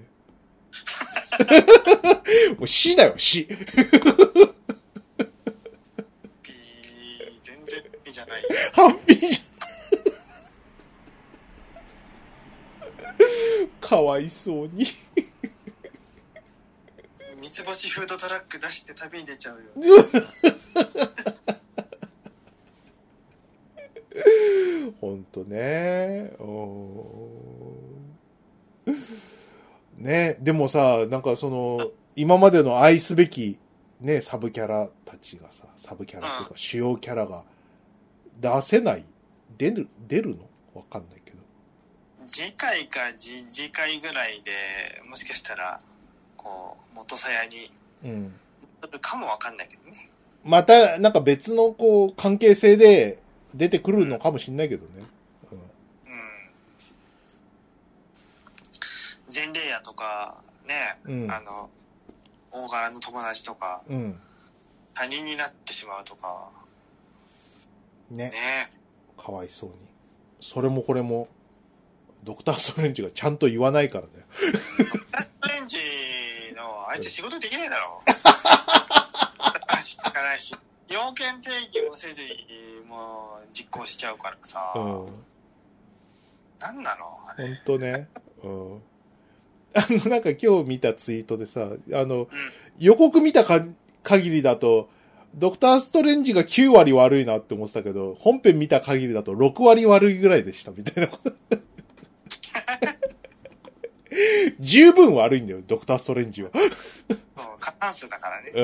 B: もう死だよ、死。
A: 全然ピじゃない。
B: ハッピーじゃかわいそうに。
A: 三つ星フードトラック出して旅に出ちゃうよ。
B: ほんとね。ね、でもさ、なんか今までの愛すべき、ね、サブキャラたちがさ、サブキャラっていうか、主要キャラが出せない？出るの？わかんないけど。
A: 次回か次回ぐらいで、もしかしたら、元さやに、戻るかもわかんないけどね。
B: また、なんか別の関係性で出てくるのかもしんないけどね。
A: ゼンレイヤとか、ね、大柄の友達とか、他人になってしまうとか。
B: ね。かわいそうに。それもこれも、ドクターストレンジがちゃんと言わないからね。
A: ドクターストレンジの、あいつ仕事できないだろ。話聞かないし。要件定義もせずに、もう実行しちゃうからさ。なんなのあれ。
B: ほんとね。なんか今日見たツイートでさ、予告見た限りだと、ドクターストレンジが9割悪いなって思ってたけど、本編見た限りだと6割悪いぐらいでしたみたいな。十分悪いんだよ、ドクターストレンジは。
A: 過半数だからね。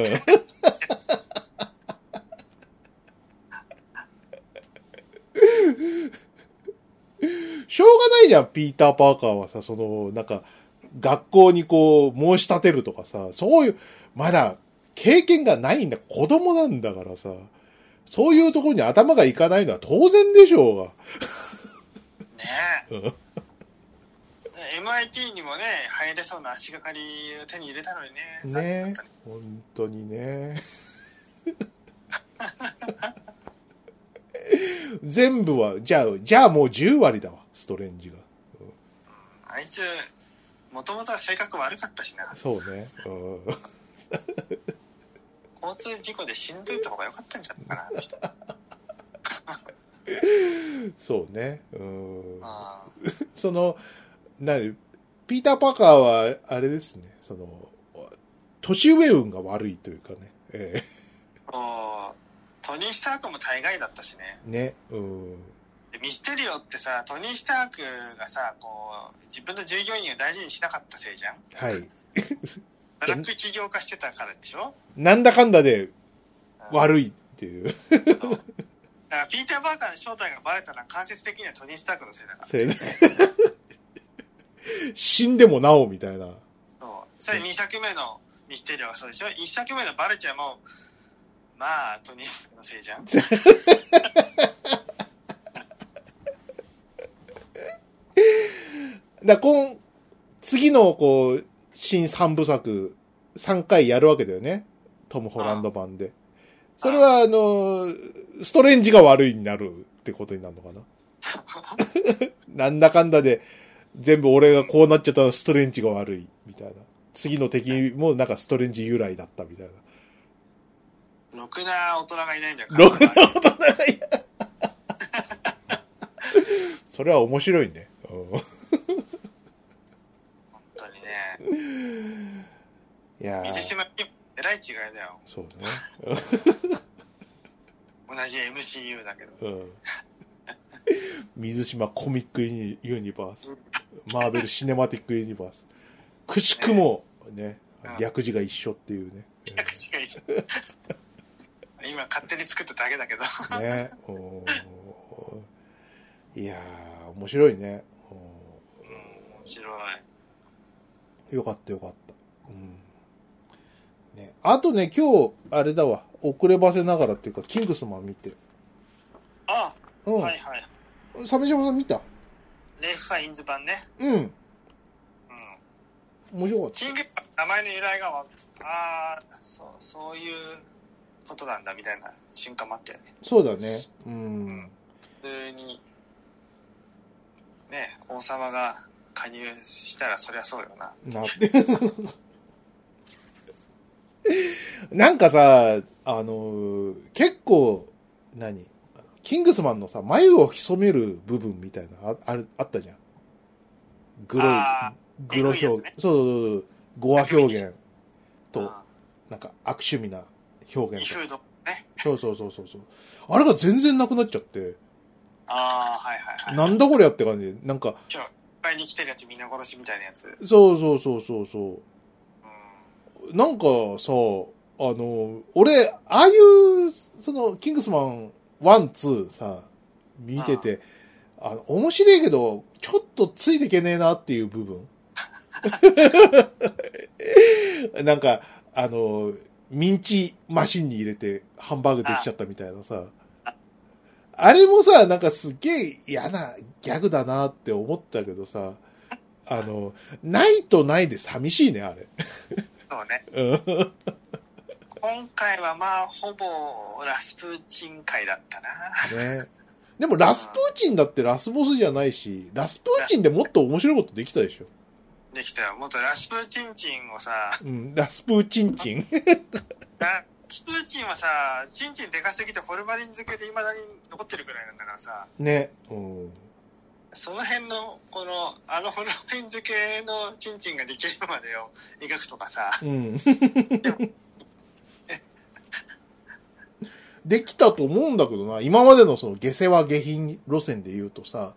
B: しょうがないじゃん、ピーター・パーカーはさ、なんか、 学校にこう、申し立てるとかさ、そういう、まだ経験がないんだ。子供なんだからさ、そういうところに頭がいかないのは当然でしょうが。
A: ねえ。MIT にもね、入れそうな足がかりを手に入れたのにね。
B: ねえ。本当にね。全部は、じゃあもう10割だわ、ストレンジが。
A: あいつ、もともとは性格悪かったしな。
B: そうね。
A: 交通事故で死んどいた方が良かったんじゃないかな、あの人。
B: そうね。その、ピーター・パーカーは、あれですね、年上運が悪いというかね。
A: トニー・スタークも大概だったしね。
B: ね。
A: ミステリオってさ、トニー・スタークがさ、こう、自分の従業員を大事にしなかったせいじゃん。
B: はい。
A: ブラック起業家してたからでしょ。
B: なんだかんだで悪いっていう。だ
A: からピーター・パーカーの正体がバレたのは間接的にはトニー・スタークのせいだから。
B: 死んでもなおみたいな。
A: そう。それ2作目のミステリオがそうでしょ。1作目のバレちゃもう、まあ、トニー・スタークのせいじゃん。
B: 次のこう、新3部作、3回やるわけだよね。トム・ホランド版で。それはストレンジが悪いになるってことになるのかな。なんだかんだで、全部俺がこうなっちゃったらストレンジが悪い、みたいな。次の敵もなんかストレンジ由来だったみたいな。
A: ろくな大人がいないんだよ。ろくな大人がいない。
B: それは面白いね。
A: 本当にね。
B: いや
A: 水島にえらい違いだよ。
B: そうね。
A: 同じ MCU だけど。
B: 水島コミックユニバース。マーベルシネマティックユニバース。くしくもね、略字が一緒っていうね。
A: 略字が一緒。今勝手に作っただけだけど。
B: ね。いやー、面白いね。
A: 面白い。
B: よかったよかった。ね、あとね、今日、あれだわ、遅ればせながらっていうか、キングスマン見て。
A: あ、はいはい。
B: 鮫島さん見た？
A: レイフ・ファインズ版ね。
B: 面白かった。
A: キング名前の由来がそういうことなんだみたいな瞬間もあったよね。
B: そうだね。
A: 普通に、ね、王様が加入したらそりゃそうよな。
B: なんかさ、結構、キングスマンのさ、眉を潜める部分みたいな、あったじゃん。グロ表現、ね。そう、ゴア表現と、なんか悪趣味な表現。
A: イフードね。
B: そう。あれが全然なくなっちゃって。
A: はい。
B: なんだこれやって感じ。なんか。
A: いっぱいに来てるやつ皆殺しみたいなやつ。
B: そう。なんかさ、俺、ああいう、キングスマン1、2さ、見てて、面白いけど、ちょっとついていけねえなっていう部分。なんか、ミンチマシンに入れてハンバーグできちゃったみたいなさ。あれもさ、なんかすっげえ嫌なギャグだなって思ったけどさ、ないとないで寂しいね、あれ。
A: そうね。今回はまあ、ほぼラスプーチン回だったな。
B: ね。でもラスプーチンだってラスボスじゃないし、ラスプーチンでもっと面白いことできたでしょ。
A: できたよ。もっとラスプーチンチンをさ。
B: ラスプーチンチン。
A: ラスプーチンはさ、チンチンでかすぎてホルマリン漬けで未だに残ってるくらいなんだからさ。
B: ね。
A: その辺の、ホルマリン漬けのチンチンができるまでを描くとかさ。
B: できたと思うんだけどな。今までの下世話下品路線で言うとさ、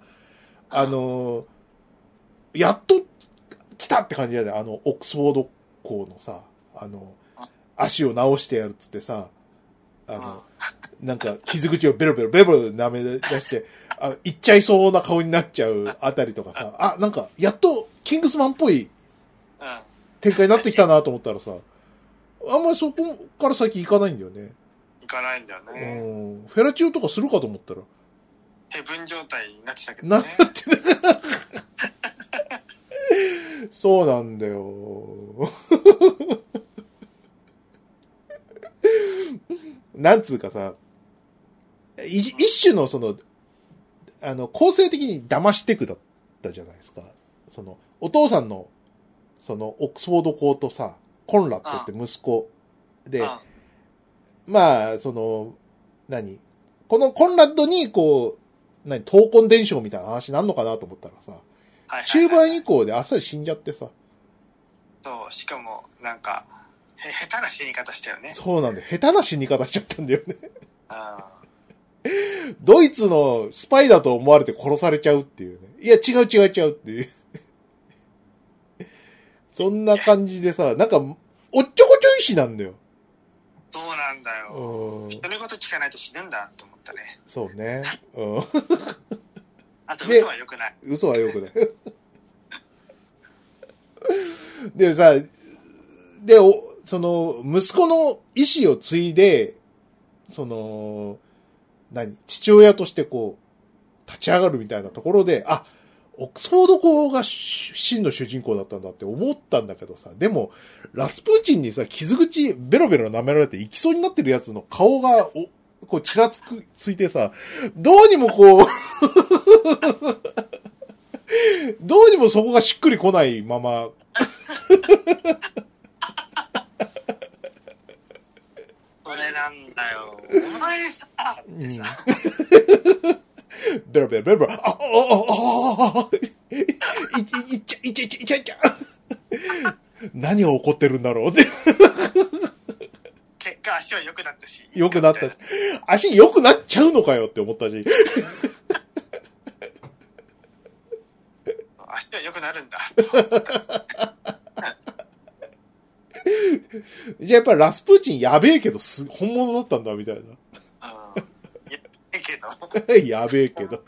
B: やっと来たって感じだよね。オックスフォード校のさ、足を直してやるっつってさ、なんか傷口をベロベロ舐め出して、行っちゃいそうな顔になっちゃうあたりとかさ、なんか、やっとキングスマンっぽい展開になってきたなと思ったらさ、あんまりそこから先行かないんだよね。
A: 行かないんだよね。
B: フェラチオとかするかと思ったら。
A: ヘブン状態になってたけどね。なって
B: そうなんだよ。なんつうかさ、一種のその、構成的に騙してくだったじゃないですか。その、お父さんの、その、オックスフォード校とさ、コンラッドって息子で、まあ、その、このコンラッドに、こう、闘魂伝承みたいな話になるのかなと思ったらさ、中盤以降であっさり死んじゃってさ。
A: そう、しかも、なんか、下手な死に方したよね。
B: そうなんだよ。下手な死に方しちゃったんだよね。ドイツのスパイだと思われて殺されちゃうっていうね。いや、違うっていう。そんな感じでさ、なんか、おっちょこちょい死なんだよ。
A: そうなんだよ。人のこと聞かないと死ぬんだと思ったね。
B: そうね。
A: あと嘘は良くない。
B: 嘘は良くない。でさ、その、息子の意思を継いで、その、父親としてこう、立ち上がるみたいなところで、あ、オックスフォード校が真の主人公だったんだって思ったんだけどさ、でも、ラスプーチンにさ、傷口ベロベロ舐められて行きそうになってるやつの顔が、こう、ちらついてさ、どうにもこう、どうにもそこがしっくりこないまま、
A: それなんだよ。お前さ、ってさ。
B: ベロベロベロベロ、いっちゃ。何が起こってるんだろうって。
A: 結果足は良くなったし。
B: 良くなったし。足良くなっちゃうのかよって思ったし。
A: 足は良くなるんだ。
B: じゃあやっぱりラスプーチンやべえけど本物だったんだみたいな。やべえけど。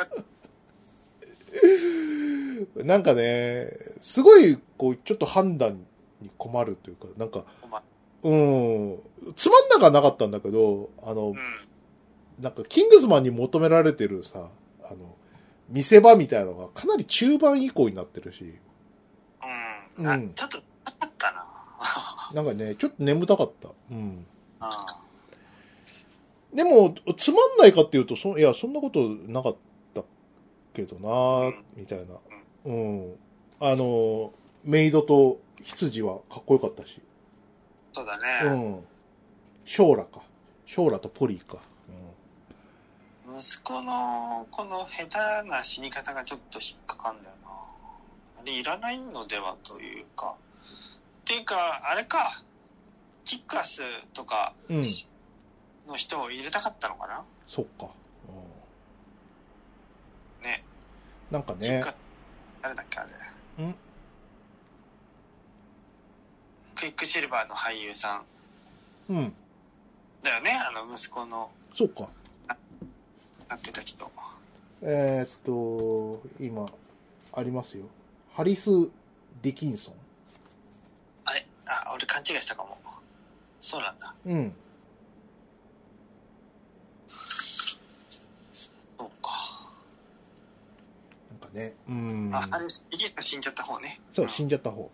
B: なんかね、すごい、こう、ちょっと判断に困るというか、なんか、つまんなくはなかったんだけど、なんか、キングスマンに求められてるさ、見せ場みたいなのがかなり中盤以降になってるし。
A: ちょっと、あったな。
B: なんかね、ちょっと眠たかった。でも、つまんないかっていうと、いや、そんなことなかったけどなみたいな。メイドと羊はかっこよかったし。
A: そうだね。
B: ショーラとポリーか。
A: 息子のこの下手な死に方がちょっと引っかかんだよな。あれいらないのではというか。っていうか、あれか。キックアスとかの人を入れたかったのかな。
B: そっか。
A: ね。
B: なんかね。
A: 誰だっけあれ。クイックシルバーの俳優さん。だよね、息子の。
B: そうか。
A: なってた人。
B: 今、ありますよ。ハリス・ディキンソン。
A: あれ俺勘違いしたかも。そうなんだ。そうか。
B: なんかね。
A: ハリス・ディキンソン死んじゃった方ね。
B: そう、死んじゃった方。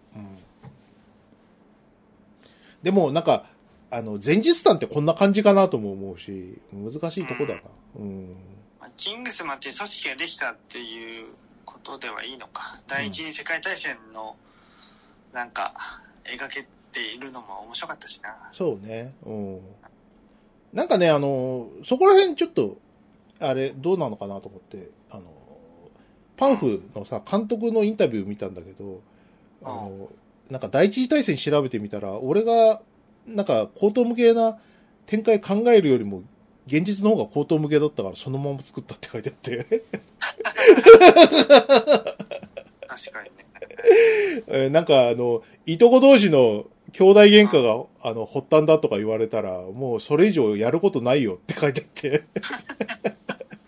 B: でも、なんか、前日談ってこんな感じかなとも思うし、難しいとこだな。
A: キングスマンっていう組織ができたっていうことではいいのか。第一次世界大戦の、なんか、描けているのも面白かったしな。
B: そうね。なんかね、そこら辺ちょっと、あれ、どうなのかなと思って、パンフのさ、監督のインタビュー見たんだけど、なんか第一次大戦調べてみたら、俺が、なんか、高等無形な展開考えるよりも、現実の方が高等無形だったからそのまま作ったって書いてあって。
A: 確かに
B: ね。なんかいとこ同士の兄弟喧嘩が、発端だとか言われたら、もうそれ以上やることないよって書いてあって。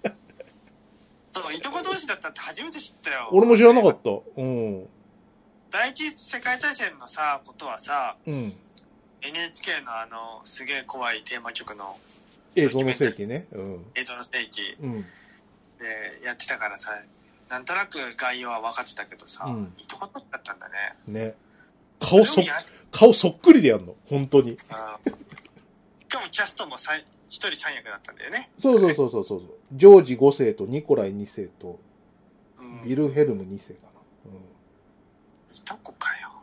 A: そう、いとこ同士だったって初めて知ったよ。
B: 俺も知らなかった。
A: 第一次世界大戦のさ、ことはさ、
B: うん。
A: NHK のすげえ怖いテーマ曲の
B: 映像の世紀ね。うん。
A: 映像の世紀
B: うん。
A: でやってたからさ、なんとなく概要は分かってたけどさ、いいとこ取だったんだね。
B: ね。顔そっくりでやんの。本当に。し
A: かもキャストも一人三役だったんだよね。
B: そう。ジョージ5世とニコライ2世と、ビルヘルム2世かな。
A: いとこかよ。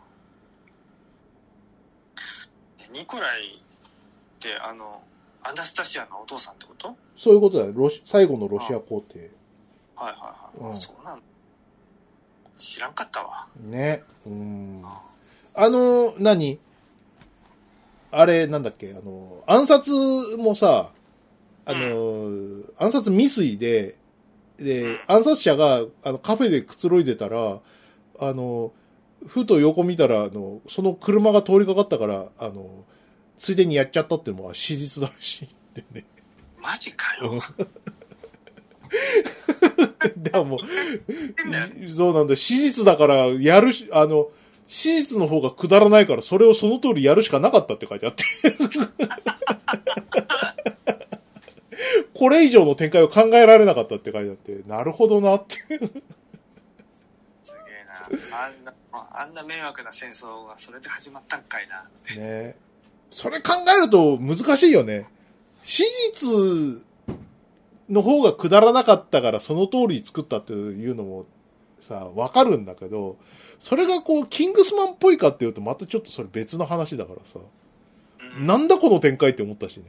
A: ニコライってアナスタシアのお父さんってこと？
B: そういうことだよ。最後のロシア皇帝。
A: はい。そうなんだ。知らんかったわ。
B: ね。何あれ、なんだっけ暗殺もさ、暗殺未遂で、暗殺者が、カフェでくつろいでたら、ふと横見たら、その車が通りかかったから、ついでにやっちゃったっていうのは史実だらしいんでね。
A: マジかよ。
B: でも、そうなんだ。史実だから、やるし、史実の方がくだらないから、それをその通りやるしかなかったって書いてあって。これ以上の展開を考えられなかったって書いてあって、なるほどなって。すげえ
A: な。あんな迷惑な戦争がそれで始まったんかいな。
B: ね。それ考えると難しいよね。史実の方がくだらなかったからその通り作ったっていうのもさ、わかるんだけど、それがこう、キングスマンっぽいかっていうとまたちょっとそれ別の話だからさ。なんだこの展開って思ったしね。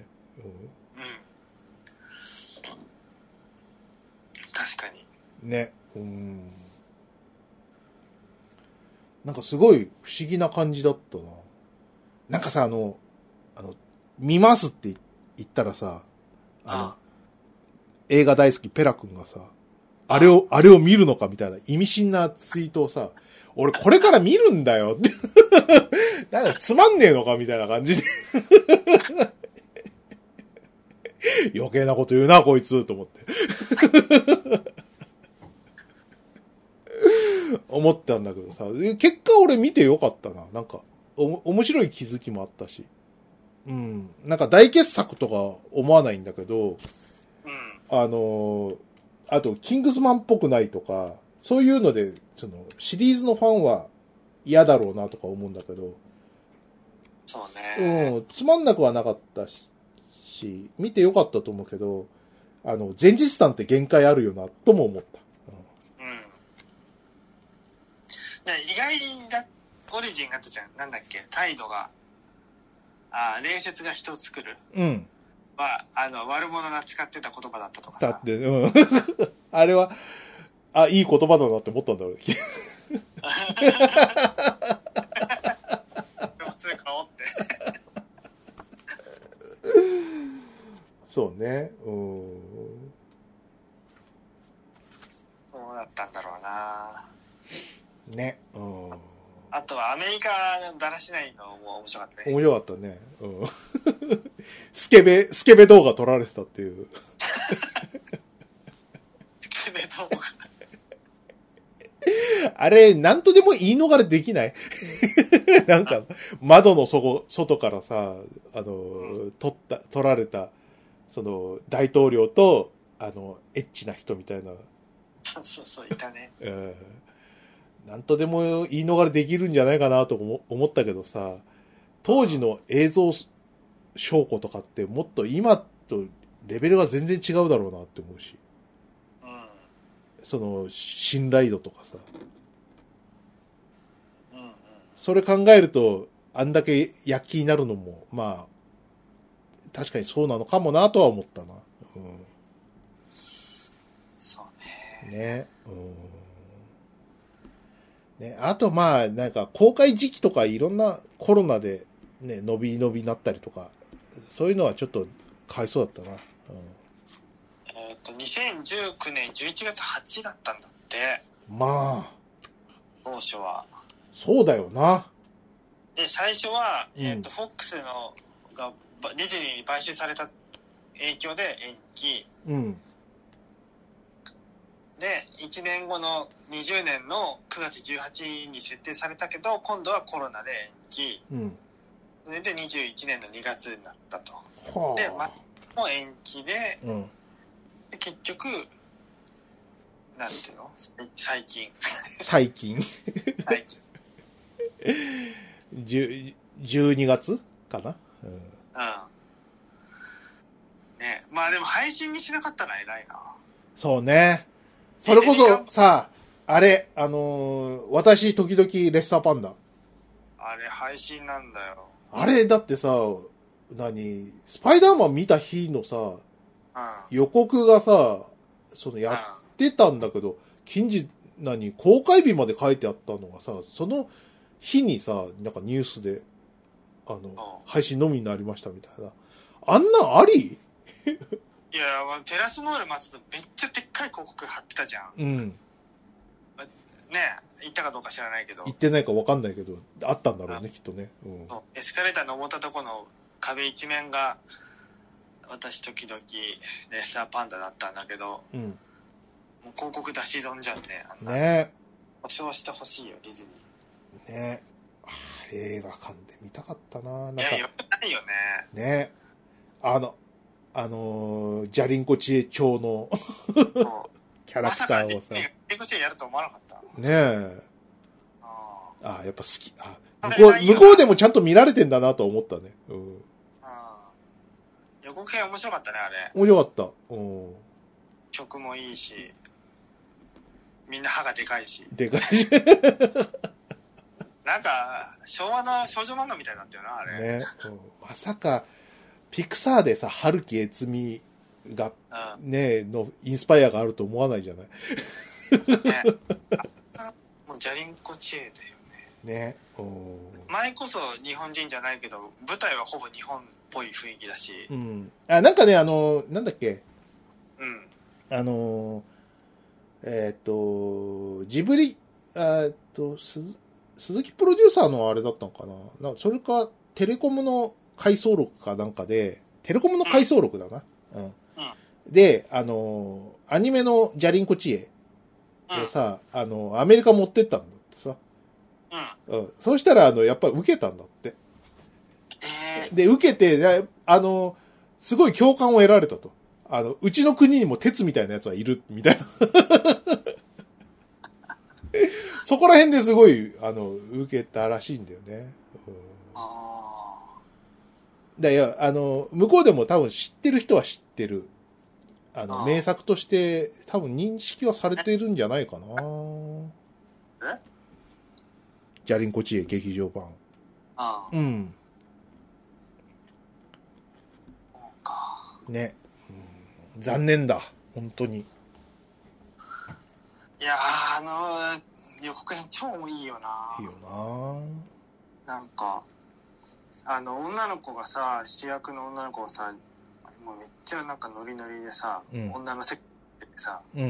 A: 確かに。
B: ね。なんかすごい不思議な感じだったな。なんかさ、見ますって言ったらさ、映画大好きペラ君がさ、あれを見るのかみたいな意味深なツイートをさ、俺これから見るんだよって。なんかつまんねえのかみたいな感じで。余計なこと言うな、こいつ、と思って。思ったんだけどさ、結果俺見てよかったな。なんか、面白い気づきもあったし。なんか大傑作とか思わないんだけど、あと、キングスマンっぽくないとか、そういうので、シリーズのファンは嫌だろうなとか思うんだけど、
A: そうね。
B: つまんなくはなかったし、見てよかったと思うけど、前日談って限界あるよな、とも思った。
A: 意外なオリジンがあったじゃん。なんだっけ、態度が、礼節が人を作る。は、悪者が使ってた言葉だったとかさ。
B: だって、あれは、いい言葉だなって思ったんだろう。普
A: 通顔って。
B: そうね。
A: そうだったんだろうな。
B: ね。
A: あとはアメリカのだらしないのも面白かったね。
B: 面白かったね。スケベ動画撮られてたっていう。
A: スケベ動画。
B: あれ、なんとでも言い逃れできないなんか、窓の外からさ、撮られた、大統領と、エッチな人みたいな。
A: そう、いたね。
B: なんとでも言い逃れできるんじゃないかなと思ったけどさ、当時の映像証拠とかってもっと今とレベルが全然違うだろうなって思うし。信頼度とかさ。それ考えると、あんだけ躍起になるのも、まあ、確かにそうなのかもなとは思ったな。
A: そうね。
B: ね。ね、あとまあ、なんか公開時期とかいろんなコロナでね、伸びなったりとか、そういうのはちょっとかわいそうだったな。
A: 2019年11月8だったんだって。
B: まあ。
A: 当初は。
B: そうだよな。
A: で、最初は、フォックスがディズニーに買収された影響で延期。 で、1年後の20年の9月18日に設定されたけど、今度はコロナで延期。うん、それで21年の2月になったと。はあ、で、まも延期で、うん、で結局、なんていうの最近。
B: 最近12月かな、うん。うん。
A: ね、まあでも配信にしなかったら偉いな。
B: そうね。それこそさ、あれ、私時々レッサーパンダ。
A: あれ配信なんだよ。
B: あれだってさ、スパイダーマン見た日のさ、うん、予告がさ、やってたんだけど、近日、公開日まで書いてあったのがさ、その日にさ、なんかニュースで、配信のみになりましたみたいな。あんなんあり？
A: いや、テラスモール待つとめっちゃでっかい広告貼ってたじゃん。うん。ね行ったかどうか知らないけど。
B: 行ってないか分かんないけど、あったんだろうね、きっとね。うん。
A: エスカレーター登ったとこの壁一面が、私時々レッサーパンダだったんだけど、うん。もう広告出し損じゃんね。
B: ね
A: 保証してほしいよ、ディズニ
B: ー。ね映画館で見たかったな。
A: いや、よくないよね。
B: ねジャリンコ知恵帳のキャラクターをさ。
A: ジャリンコ知恵やると思わなかった。
B: ねえ。やっぱ好き。向こうでもちゃんと見られてんだなと思ったね。うん。
A: 予告編面白かったね、あれ。
B: 面白かった。うん。
A: 曲もいいし、みんな歯がでかいし。
B: でかいし。
A: なんか、昭和の少女漫画みたいだったよな、あれ。
B: ね。うん、まさか、ピクサーでさ、春樹悦美が、ね、のインスパイアがあると思わないじゃない。
A: ね。もうジャリンコ知恵だよ
B: ね。ね。
A: 前こそ日本人じゃないけど、舞台はほぼ日本っぽい雰囲気だし。
B: うん。なんかね、なんだっけ。うん。ジブリ、鈴木プロデューサーのあれだったのかな。それか、テレコムの回想録かなんかで、テレコムの回想録だな。うん。うん、で、アニメのジャリンコ知恵でさ、アメリカ持ってったんだってさ。うん。うん。そうしたら、やっぱり受けたんだって。で、受けて、すごい共感を得られたと。うちの国にも鉄みたいなやつはいる、みたいな。そこら辺ですごい、受けたらしいんだよね。うん、だよ、向こうでも多分知ってる人は知ってる。名作として多分認識はされてるんじゃないかな。ジャリンコ知恵劇場版。うん。そうか。ね、うん。残念だ。本当に。い
A: や予告編超いいよな。
B: いいよ
A: な。なんか、女の子がさ、主役の女の子がさ、もうめっちゃなんかノリノリでさ、うん、女のセックでさ、うん、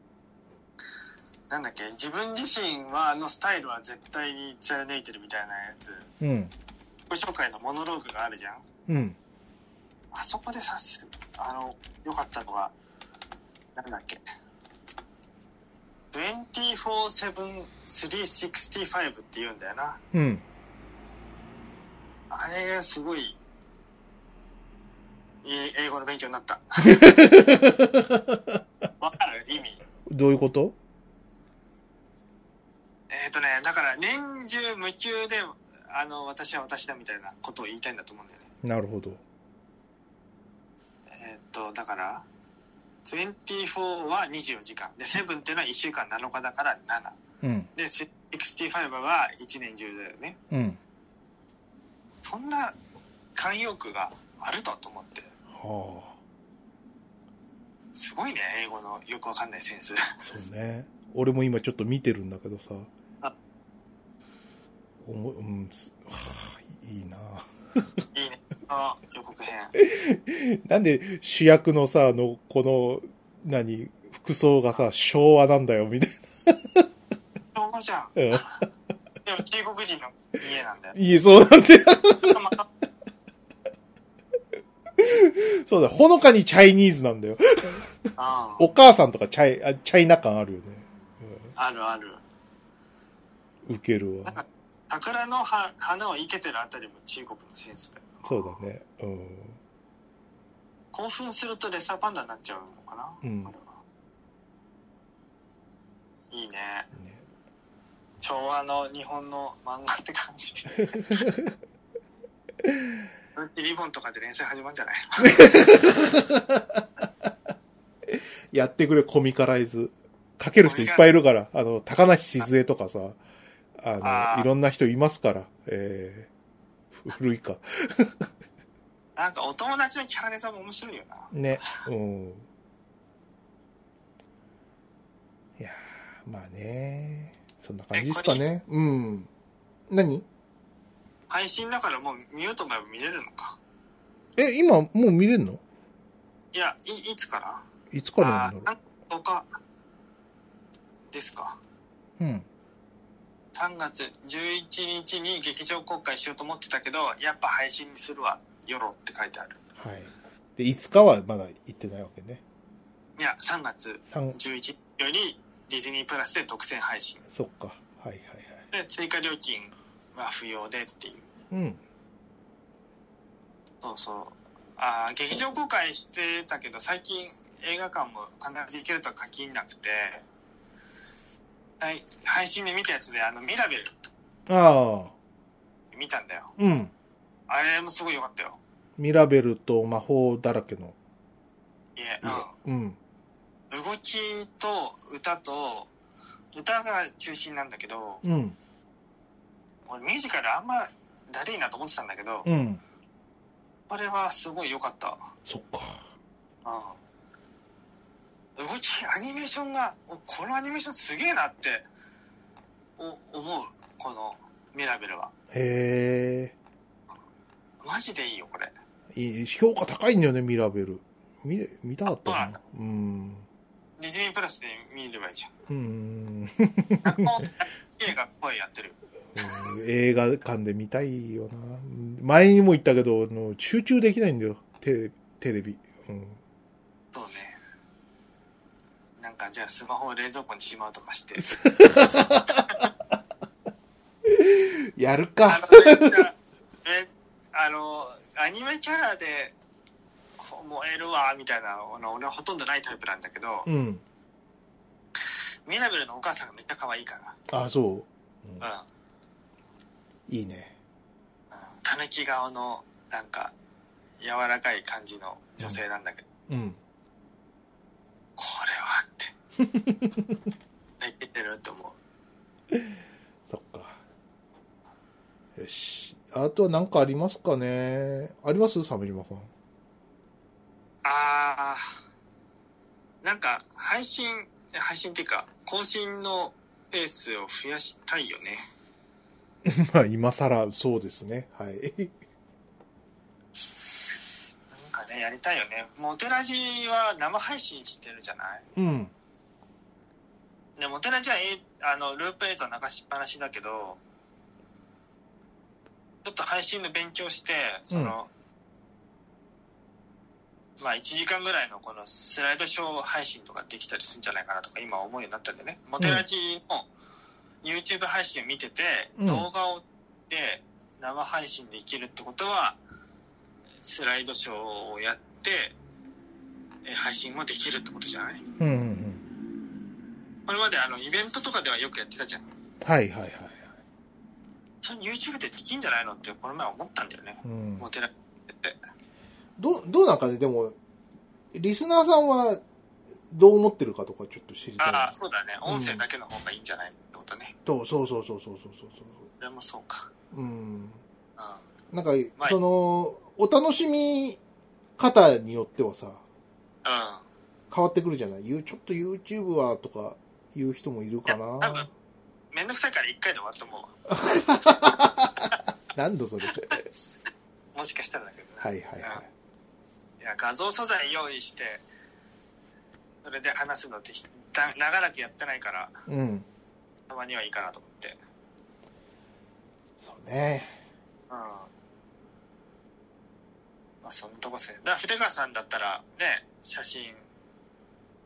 A: なんだっけ、自分自身はスタイルは絶対に貫いてるみたいなやつ、うん、自己紹介のモノローグがあるじゃん。うん。あそこでさ、良かったのが、なんだっけ、24/7/365って言うんだよな。うん。あれがすごい英語の勉強になった。わかる？意味。
B: どういうこと？
A: だから年中無休で私は私だみたいなことを言いたいんだと思うんだよね。
B: なるほど。
A: だから24は24時間で、7っていうのは1週間7日だから7、うん、で65は1年中だよね。うん。そんな慣用句があると思って。はあ。すごいね、英語のよくわかんないセンス。
B: そうね。俺も今ちょっと見てるんだけどさ。うん、はあ、いいな。
A: いいね。予告編。
B: なんで主役のさ、この、服装がさ、昭和なんだよ、みたい
A: な。昭和じゃん。うん。でも中国人の家なんだよ。
B: 家そうなんだよ。そうだ、ほのかにチャイニーズなんだよ。 お母さんとかチャイナ感あるよね。
A: あるある。
B: ウケるわ。
A: なんか桜の花を生けてるあたりも中国のセンスだよ。
B: そうだね。
A: 興奮するとレッサーパンダになっちゃうのかな。いいね。昭和の日本の漫画って感じ。リボンとかで連載始まるんじゃない
B: やってくれ、コミカライズ。書ける人いっぱいいるから。高梨静江とかさ、いろんな人いますから。古いか。
A: なんかお友達のキャラネザも面白いよな。
B: ね。いやー、まあね。そんな感じですかね。何？
A: 配信だからもう見ようと思えば見れるのか。
B: 今もう見れるの？
A: いや、いつから
B: いつからなんだろ
A: う。10日ですか。
B: 3
A: 月11日に劇場公開しようと思ってたけど、やっぱ配信にするわ、よろって書いてある。
B: はい。で、5日はまだ行ってないわけね。
A: いや、3月11日よりディズニープラスで独占配信。
B: そっか。はいはいはい。
A: で、追加料金は不要でっていう。そうそう。劇場公開してたけど、最近映画館も必ず行けるとは限らなくて、配信で見たやつでミラベル見たんだよ。あれもすごい良かったよ。
B: ミラベルと魔法だらけの。
A: 動きと歌が中心なんだけど、俺ミュージカルあんまだるいなと思ってたんだけど、これはすごい良かった。
B: そっか。
A: 動き、アニメーションが、このアニメーションすげえなって思う、このミラベルは。
B: へー。
A: マジでいいよ、これ。
B: 評価高いんだよね、ミラベル。見たかったな。
A: ディズニープラスで見ればいいじゃん。映画声やってる。
B: 映画館で見たいよな。前にも言ったけど、集中できないんだよ、テレビ。
A: そうね。なんかじゃあスマホを冷蔵庫にしまうとかして。
B: やるか。
A: アニメキャラで燃えるわみたいな俺はほとんどないタイプなんだけど、ミラベルのお母さんがめっちゃ可愛いか
B: ら。そう。いいね。
A: たぬき顔のなんか柔らかい感じの女性なんだけど、これはって言ってると思う。
B: そっか。よし。あとは何かありますかね。あります？鮫島さん。
A: なんか配信っていうか更新のペースを増やしたいよね。
B: まあ今更そうですね。はい。なん
A: かねやりたいよね。モテラジは生配信してるじゃない。でモテラジはループ映像流しっぱなしだけど、ちょっと配信の勉強してまあ1時間ぐらいのこのスライドショー配信とかできたりするんじゃないかなとか今思うようになったんでね。モテラジの YouTube 配信を見てて、動画をで生配信できるってことはスライドショーをやって配信もできるってことじゃない。これまでイベントとかではよくやってたじゃん。
B: はいはいはい。
A: それ YouTube でできんじゃないのってこの前思ったんだよね。モテラジって
B: どうなんかね。でもリスナーさんはどう思ってるかとかちょっと知りたい。
A: そうだね。音声だけの方がいいんじゃないってことね。
B: そう。
A: それもそうか。
B: なんか、お楽しみ方によってはさ、変わってくるじゃない。ちょっと YouTube はとか言う人もいるかな。
A: 多分めんどくさいから1回で終わると思う
B: わ。なんだそれ。
A: もしかしたらだけどね。
B: はいはいはい。
A: いや画像素材用意してそれで話すのって長らくやってないから、たまにはいいかなと思って。
B: そうね。
A: まあそんなとこですね。だから筆川さんだったらね写真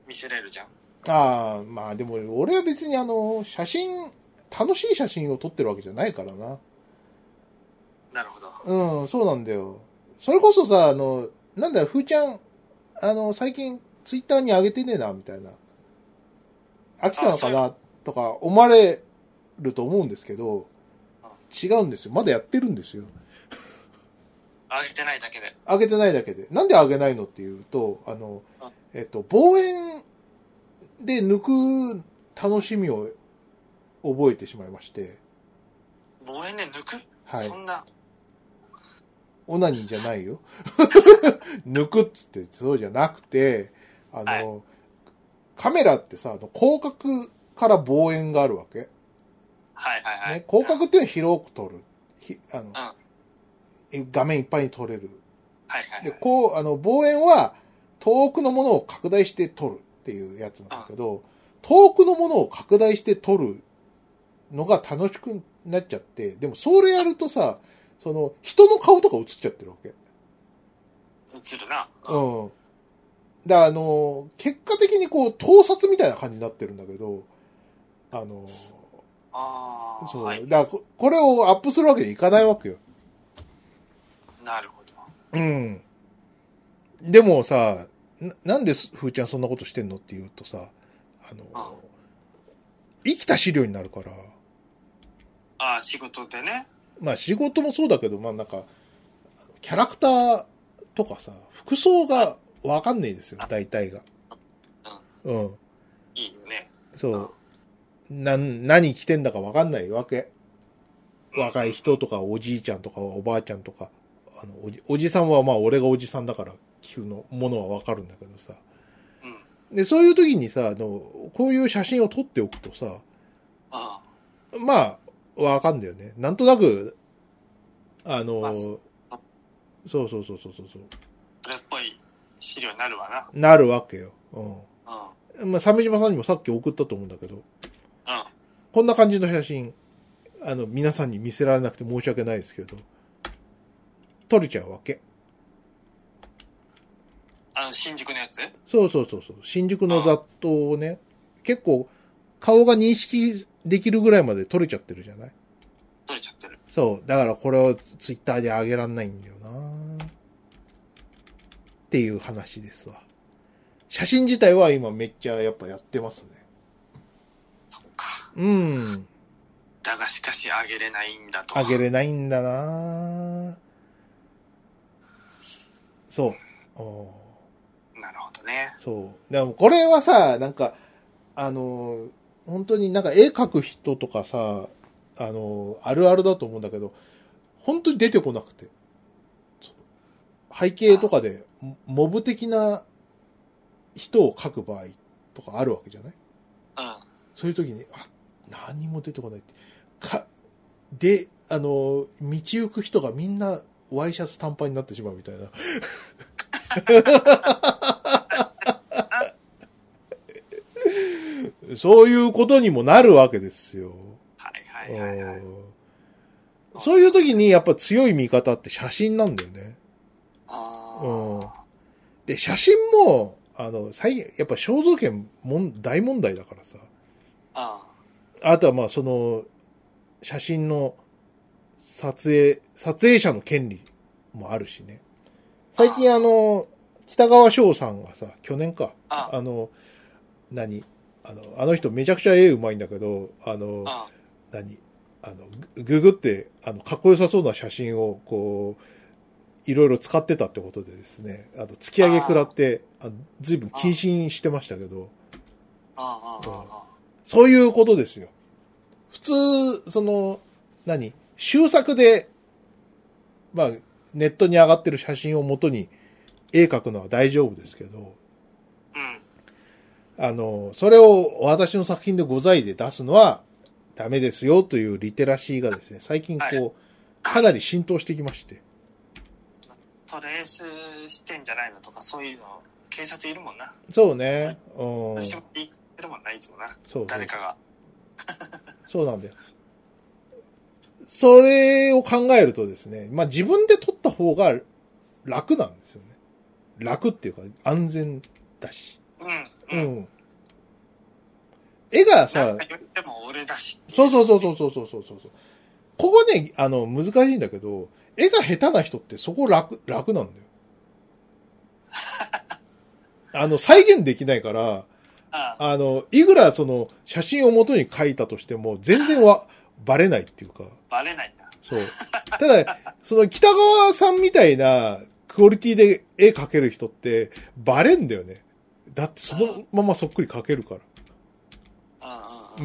A: 見せれるじゃん。
B: ああ、まあでも俺は別に写真、楽しい写真を撮ってるわけじゃないからな。
A: なるほど。
B: うん、そうなんだよ。それこそさ、なんだよ、ふーちゃん、最近ツイッターに上げてねえな、みたいな。飽きたのかな、とか思われると思うんですけど、違うんですよ。まだやってるんですよ。
A: 上げてないだけで。
B: 上げてないだけで。なんで上げないのっていうと、望遠で抜く楽しみを覚えてしまいまして。
A: 望遠で抜く？
B: はい。
A: そんな。
B: オナニーじゃないよ。抜くっつってそうじゃなくて、はい、カメラってさ、広角から望遠があるわけ。
A: はいはいはい。
B: ね、広角っていうのは広く撮る。画面いっぱいに撮れる。
A: はいはい、はい。
B: で、望遠は遠くのものを拡大して撮るっていうやつなんだけど、遠くのものを拡大して撮るのが楽しくなっちゃって、でもそれやるとさ、人の顔とか映っちゃってるわけ。
A: 映るな。
B: うん。だ結果的に盗撮みたいな感じになってるんだけど、そう。はい、だからこれをアップするわけにいかないわけよ。
A: なるほど。
B: うん。でもさ、なんでふーちゃんそんなことしてんのって言うとさ、生きた資料になるから。
A: ああ、仕事でね。
B: まあ仕事もそうだけど、まあなんか、キャラクターとかさ、服装がわかんないですよ、大体が。うん。
A: いいよね。
B: そう。何着てんだかわかんないわけ。若い人とかおじいちゃんとかおばあちゃんとか、おじさんはまあ俺がおじさんだから着るものはわかるんだけどさ。うん。で、そういう時にさ、こういう写真を撮っておくとさ、まあ、わかんだよね。なんとなく、そう。そ
A: れっぽい資料になるわな。
B: なるわけよ。うん。まあ、鮫島さんにもさっき送ったと思うんだけど、こんな感じの写真、皆さんに見せられなくて申し訳ないですけど、撮れちゃうわけ。
A: 新宿のやつ？
B: そう。新宿の雑踏をね、結構、顔が認識できるぐらいまで撮れちゃってるじゃない？
A: 撮れちゃってる。
B: そう。だからこれをツイッターで上げらんないんだよなっていう話ですわ。写真自体は今めっちゃやっぱやってますね。
A: そっか。
B: うん。
A: だがしかし上げれないんだと。
B: 上げれないんだなそう。
A: なるほどね。
B: そう。でもこれはさ、なんか、本当になんか絵描く人とかさ、あるあるだと思うんだけど、本当に出てこなくて。背景とかで、モブ的な人を描く場合とかあるわけじゃない？そういう時に、何も出てこないって。で、道行く人がみんなワイシャツ短パンになってしまうみたいな。そういうことにもなるわけですよ。はい。そういう時にやっぱ強い味方って写真なんだよね。で、写真も、やっぱ肖像権大問題だからさ。あとはまあ写真の撮影者の権利もあるしね。最近北川翔さんがさ、去年か。あの人めちゃくちゃ絵うまいんだけど、ググって、かっこよさそうな写真を、いろいろ使ってたってことでですね、突き上げ食らって、随分謹慎してましたけど、そういうことですよ。普通、修作で、まあ、ネットに上がってる写真を元に絵描くのは大丈夫ですけど、それを私の作品でございで出すのはダメですよというリテラシーがですね、最近かなり浸透してきまして。
A: トレースしてんじゃないのとか、そういうの、警察いるもんな。
B: そうね。
A: 私も言ってるもんな、いつもな。そう誰かが。
B: そうなんだよ。それを考えるとですね、まあ自分で撮った方が楽なんですよね。楽っていうか安全だし。 うん。絵がさ、
A: でも俺だし。
B: そう。ここね、難しいんだけど、絵が下手な人ってそこ楽なんだよ。再現できないから、いくらその、写真を元に描いたとしても、全然バレないっていうか。
A: バレないんだ。
B: そう。ただ、その北川さんみたいなクオリティで絵描ける人って、バレんだよね。だってそのままそっくり描けるから。うん。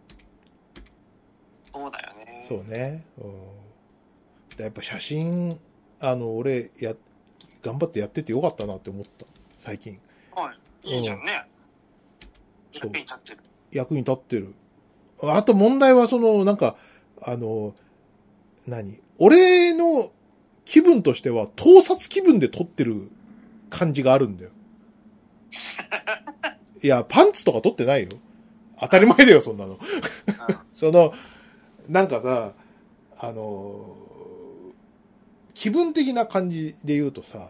A: そうだよね。
B: そうね。うん。やっぱ写真、俺、頑張ってやっててよかったなって思った。最近。
A: はい。いいじゃんね。役に立ってる。
B: 役に立ってる。あと問題はなんか、俺の気分としては、盗撮気分で撮ってる感じがあるんだよ。いや、パンツとか撮ってないよ。当たり前だよ、そんなの。なんかさ、気分的な感じで言うとさ、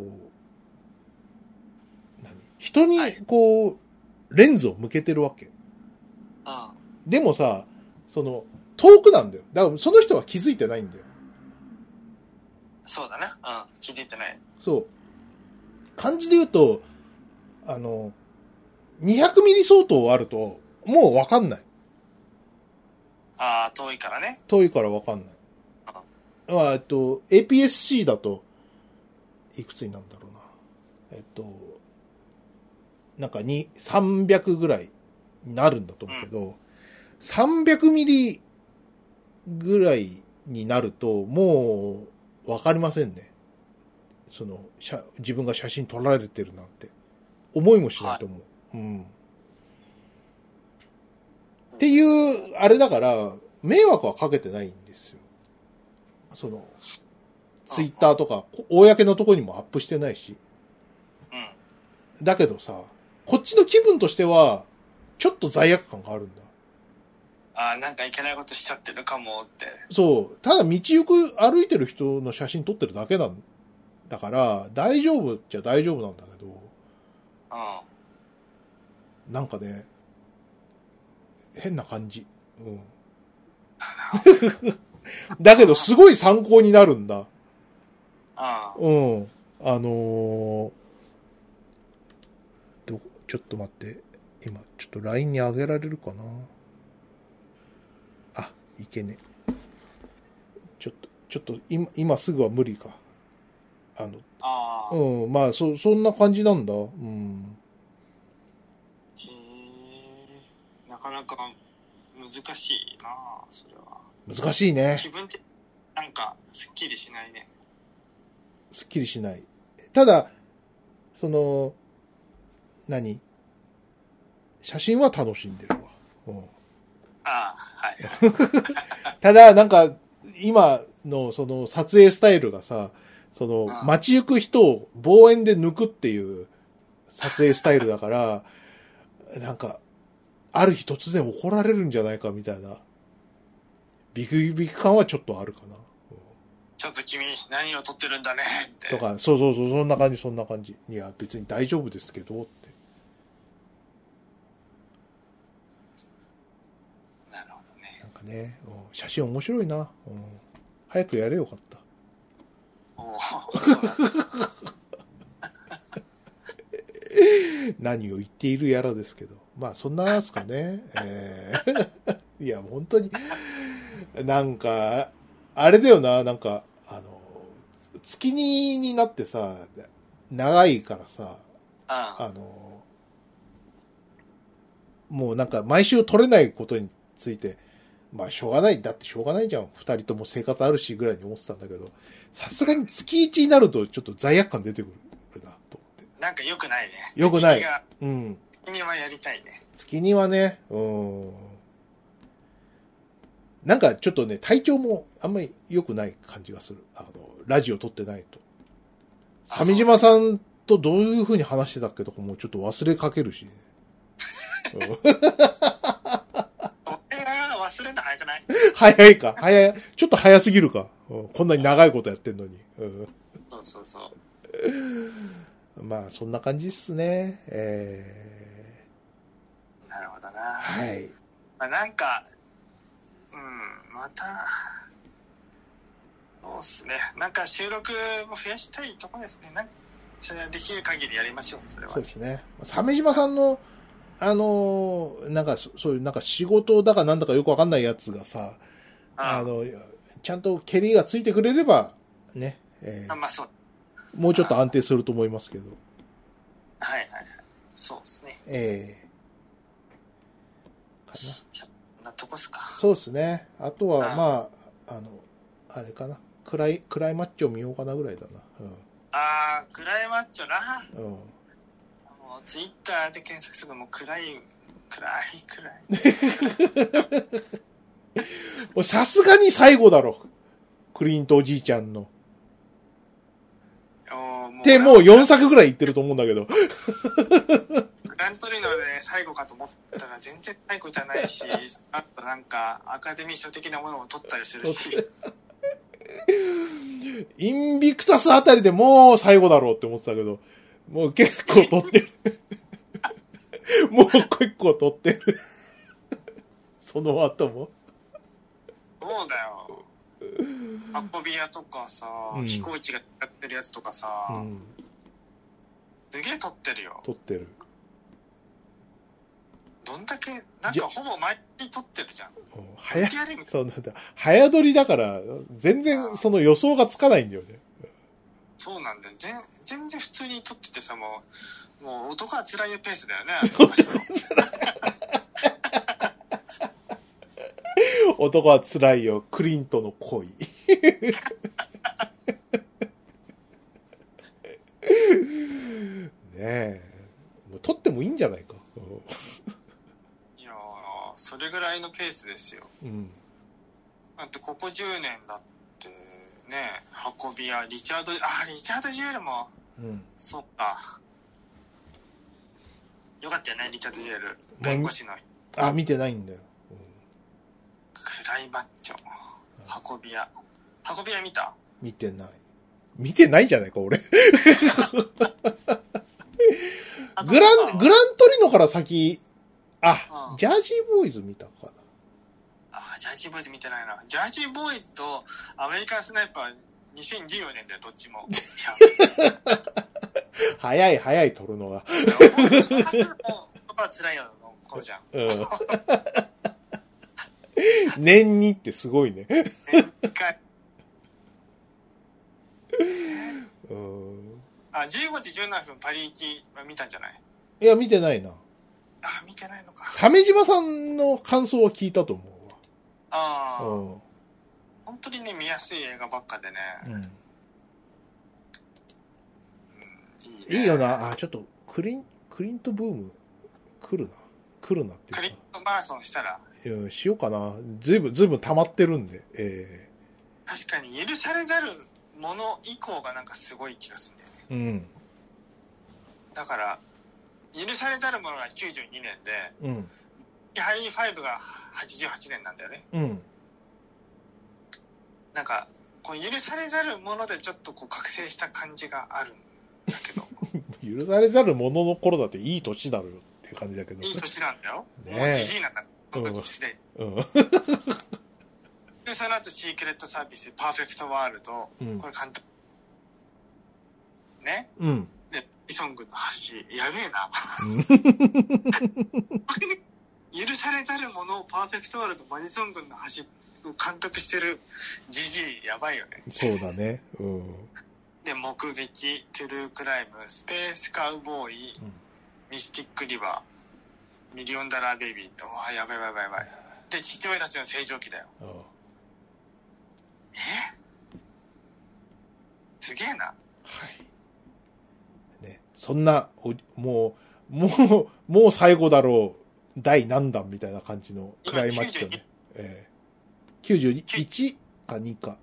B: 人にレンズを向けてるわけ。でもさ、遠くなんだよ。だからその人は気づいてないんだよ。
A: そうだね。気づいてない。
B: そう。感じで言うと、200ミリ相当あると、もうわかんない。
A: 遠いからね。
B: 遠いからわかんない。APS-C だと、いくつになるんだろうな。なんか300ぐらいになるんだと思うけど、300ミリぐらいになると、もう、わかりませんね。自分が写真撮られてるなんて。思いもしないと思う。うん。っていう、あれだから、迷惑はかけてないんですよ。ツイッターとか、公のとこにもアップしてないし。だけどさ、こっちの気分としては、ちょっと罪悪感があるんだ。
A: なんかいけないことしちゃってるかもって。
B: そう。ただ道行く歩いてる人の写真撮ってるだけなんだから、大丈夫っちゃ大丈夫なんだけど、なんかね、変な感じ。うん。だけど、すごい参考になるんだ。うん。ちょっと待って。今、ちょっと LINE に上げられるかな。あ、いけね。ちょっと、今すぐは無理か。うん、まあ、そんな感じなんだ。うん。
A: へえ、なかなか難しいなそれは。
B: 難しいね。
A: 気分って、なんか、すっきりしないね。
B: すっきりしない。ただ、写真は楽しんでるわ。うん、
A: はい。
B: ただ、なんか、今の撮影スタイルがさ、街行く人を望遠で抜くっていう撮影スタイルだから、なんか、ある日突然怒られるんじゃないかみたいな、ビクビク感はちょっとあるかな。
A: ちょっと君、何を撮ってるんだねって。
B: とか、そう、そんな感じ。いや、別に大丈夫ですけど、って。
A: なるほどね。
B: なんかね、写真面白いな。早くやれよかった。何を言っているやらですけど。まあ、そんなですかね。いや、本当に、なんか、あれだよな、なんか、月になってさ、長いからさ、もうなんか毎週取れないことについて、まあしょうがない、だってしょうがないじゃん。二人とも生活あるしぐらいに思ってたんだけど、さすがに月1になるとちょっと罪悪感出てくるな、と思って。
A: なんか良くないね。
B: 良くない。うん。
A: 月にはやりたいね。
B: 月にはね、なんかちょっとね、体調もあんまり良くない感じがする。ラジオ撮ってないと。上島さんとどういう風に話してたっけとかもちょっと忘れかけるし、ね。
A: 忘れるの早くない？
B: 早いか。ちょっと早すぎるか。こんなに長いことやってんのに。
A: そう。
B: まあ、そんな感じっすね。
A: なるほどな。
B: はい。
A: まあ、なんか、また、そうっすね。なんか収録も増やしたいとこですね。それはできる限りやりましょう、それは。
B: そうですね。鮫島さんの、なんか、そういう、なんか仕事だかなんだかよくわかんないやつがさ、ちゃんと蹴りがついてくれれば、ね、
A: まあそう。
B: もうちょっと安定すると思いますけど。
A: はいはいはい。そうですね。
B: かな。
A: じゃあ、なとこっすか。
B: そうですね。あとは、まあ、あれかな。暗いマッチョ見ようかなぐらいだな。
A: 暗いマッチョな。
B: も
A: うツイッターで検索するのも暗い。
B: もうさすがに最後だろ。クリントおじいちゃんの。で、もう4作ぐらい言ってると思うんだけど。
A: グラントリノで最後かと思ったら全然最後じゃないし、あとなんかアカデミー賞的なものを取ったりするし。
B: インビクタスあたりでもう最後だろうって思ってたけど、もう結構取ってる。もう結構取ってる。その後も。
A: そうだよ。運び屋とかさ、飛行機がやってるやつとかさ、すげえ撮ってるよ。
B: 撮ってる。
A: どんだけ、なんかほぼ毎日撮ってるじゃん。
B: そうなんだ。早撮りだから、全然その予想がつかないんだよね。
A: そうなんだよ。全然普通に撮っててさ、もう男は辛いペースだよね。
B: 男は辛いよ。クリントの恋。ねえ。もう撮ってもいいんじゃないか。
A: いやー、それぐらいのペースですよ。だってここ10年だってね、運び屋、リチャード・ジュエルも、そっか。よかったよね、リチャード・ジュエル。弁護士の。
B: 見てないんだよ。
A: 暗いマッチョ。運び屋見た？
B: 見てない。見てないじゃないか、俺。グラントリノから先、ジャージーボーイズ見たかな。
A: ジャージーボーイズ見てないな。ジャージーボーイズとアメリカンスナイパー2014年だよ、どっちも。
B: 早い撮るのが。
A: 初のことは辛いよの子じゃん。
B: 年にってすごいね。
A: 年1回。15時17分パリ行きは見たんじゃない？
B: いや、見てないな。
A: 見てないのか。
B: 鮫島さんの感想は聞いたと思うわ。
A: 本当にね、見やすい映画ばっかでね。
B: いいよな。ちょっと、クリントブーム、来るなっていうか。
A: クリントマラソンしたら？
B: しようかな。ずいぶん溜まってるんで。
A: 確かに、許されざるもの以降がなんかすごい気がするんだよね。だから、許されざるものが92年で、ハリー5が88年なんだよね。なんか、こう許されざるものでちょっとこう覚醒した感じがあるんだけど。
B: 許されざるものの頃だっていい年だろよっていう感じだけど。
A: いい年なんだよ。
B: ね、
A: もうじじいなんだ。その時すでに。で、その後シークレットサービス、パーフェクトワールド、これ監督。ね。で、イソン軍の橋、やべえな。許されざるものをパーフェクトワールド、マディソン軍の橋を監督してるジジイ、やばいよね。
B: そうだね。
A: で、目撃、トゥルークライム、スペースカウボーイ、ミスティックリバー、ミリオンダラーベイビーって、やばい。で、父親たちの成長期だよ。すげえな。
B: ね、そんな、もう最後だろう、第何弾みたいな感じのクライマッチョね。91か2か。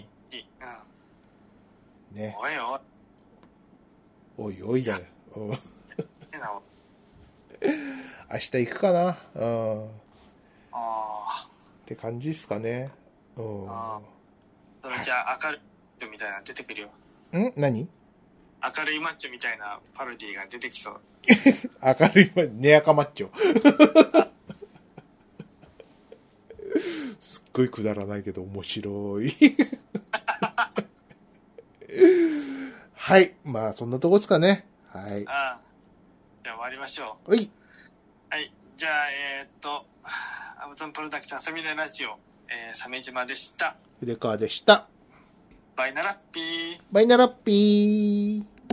B: ね。おいだよ。明日行くかな。って感じっすかね。
A: それじゃあ明るい人みたいなの出てくるよ。
B: 何？
A: 明るいマッチョみたいなパロディが出てきそう。
B: 明るいネアカマッチョ。すっごいくだらないけど面白い。はい。まあ、そんなとこですかね。はい。
A: ああ。じゃあ終わりましょう。
B: はい。
A: はい。じゃあ、アマゾンプロダクツ遊びのラジオ、鮫島でした。
B: 筆川でした。
A: バイナラッピー。
B: バイナラッピー。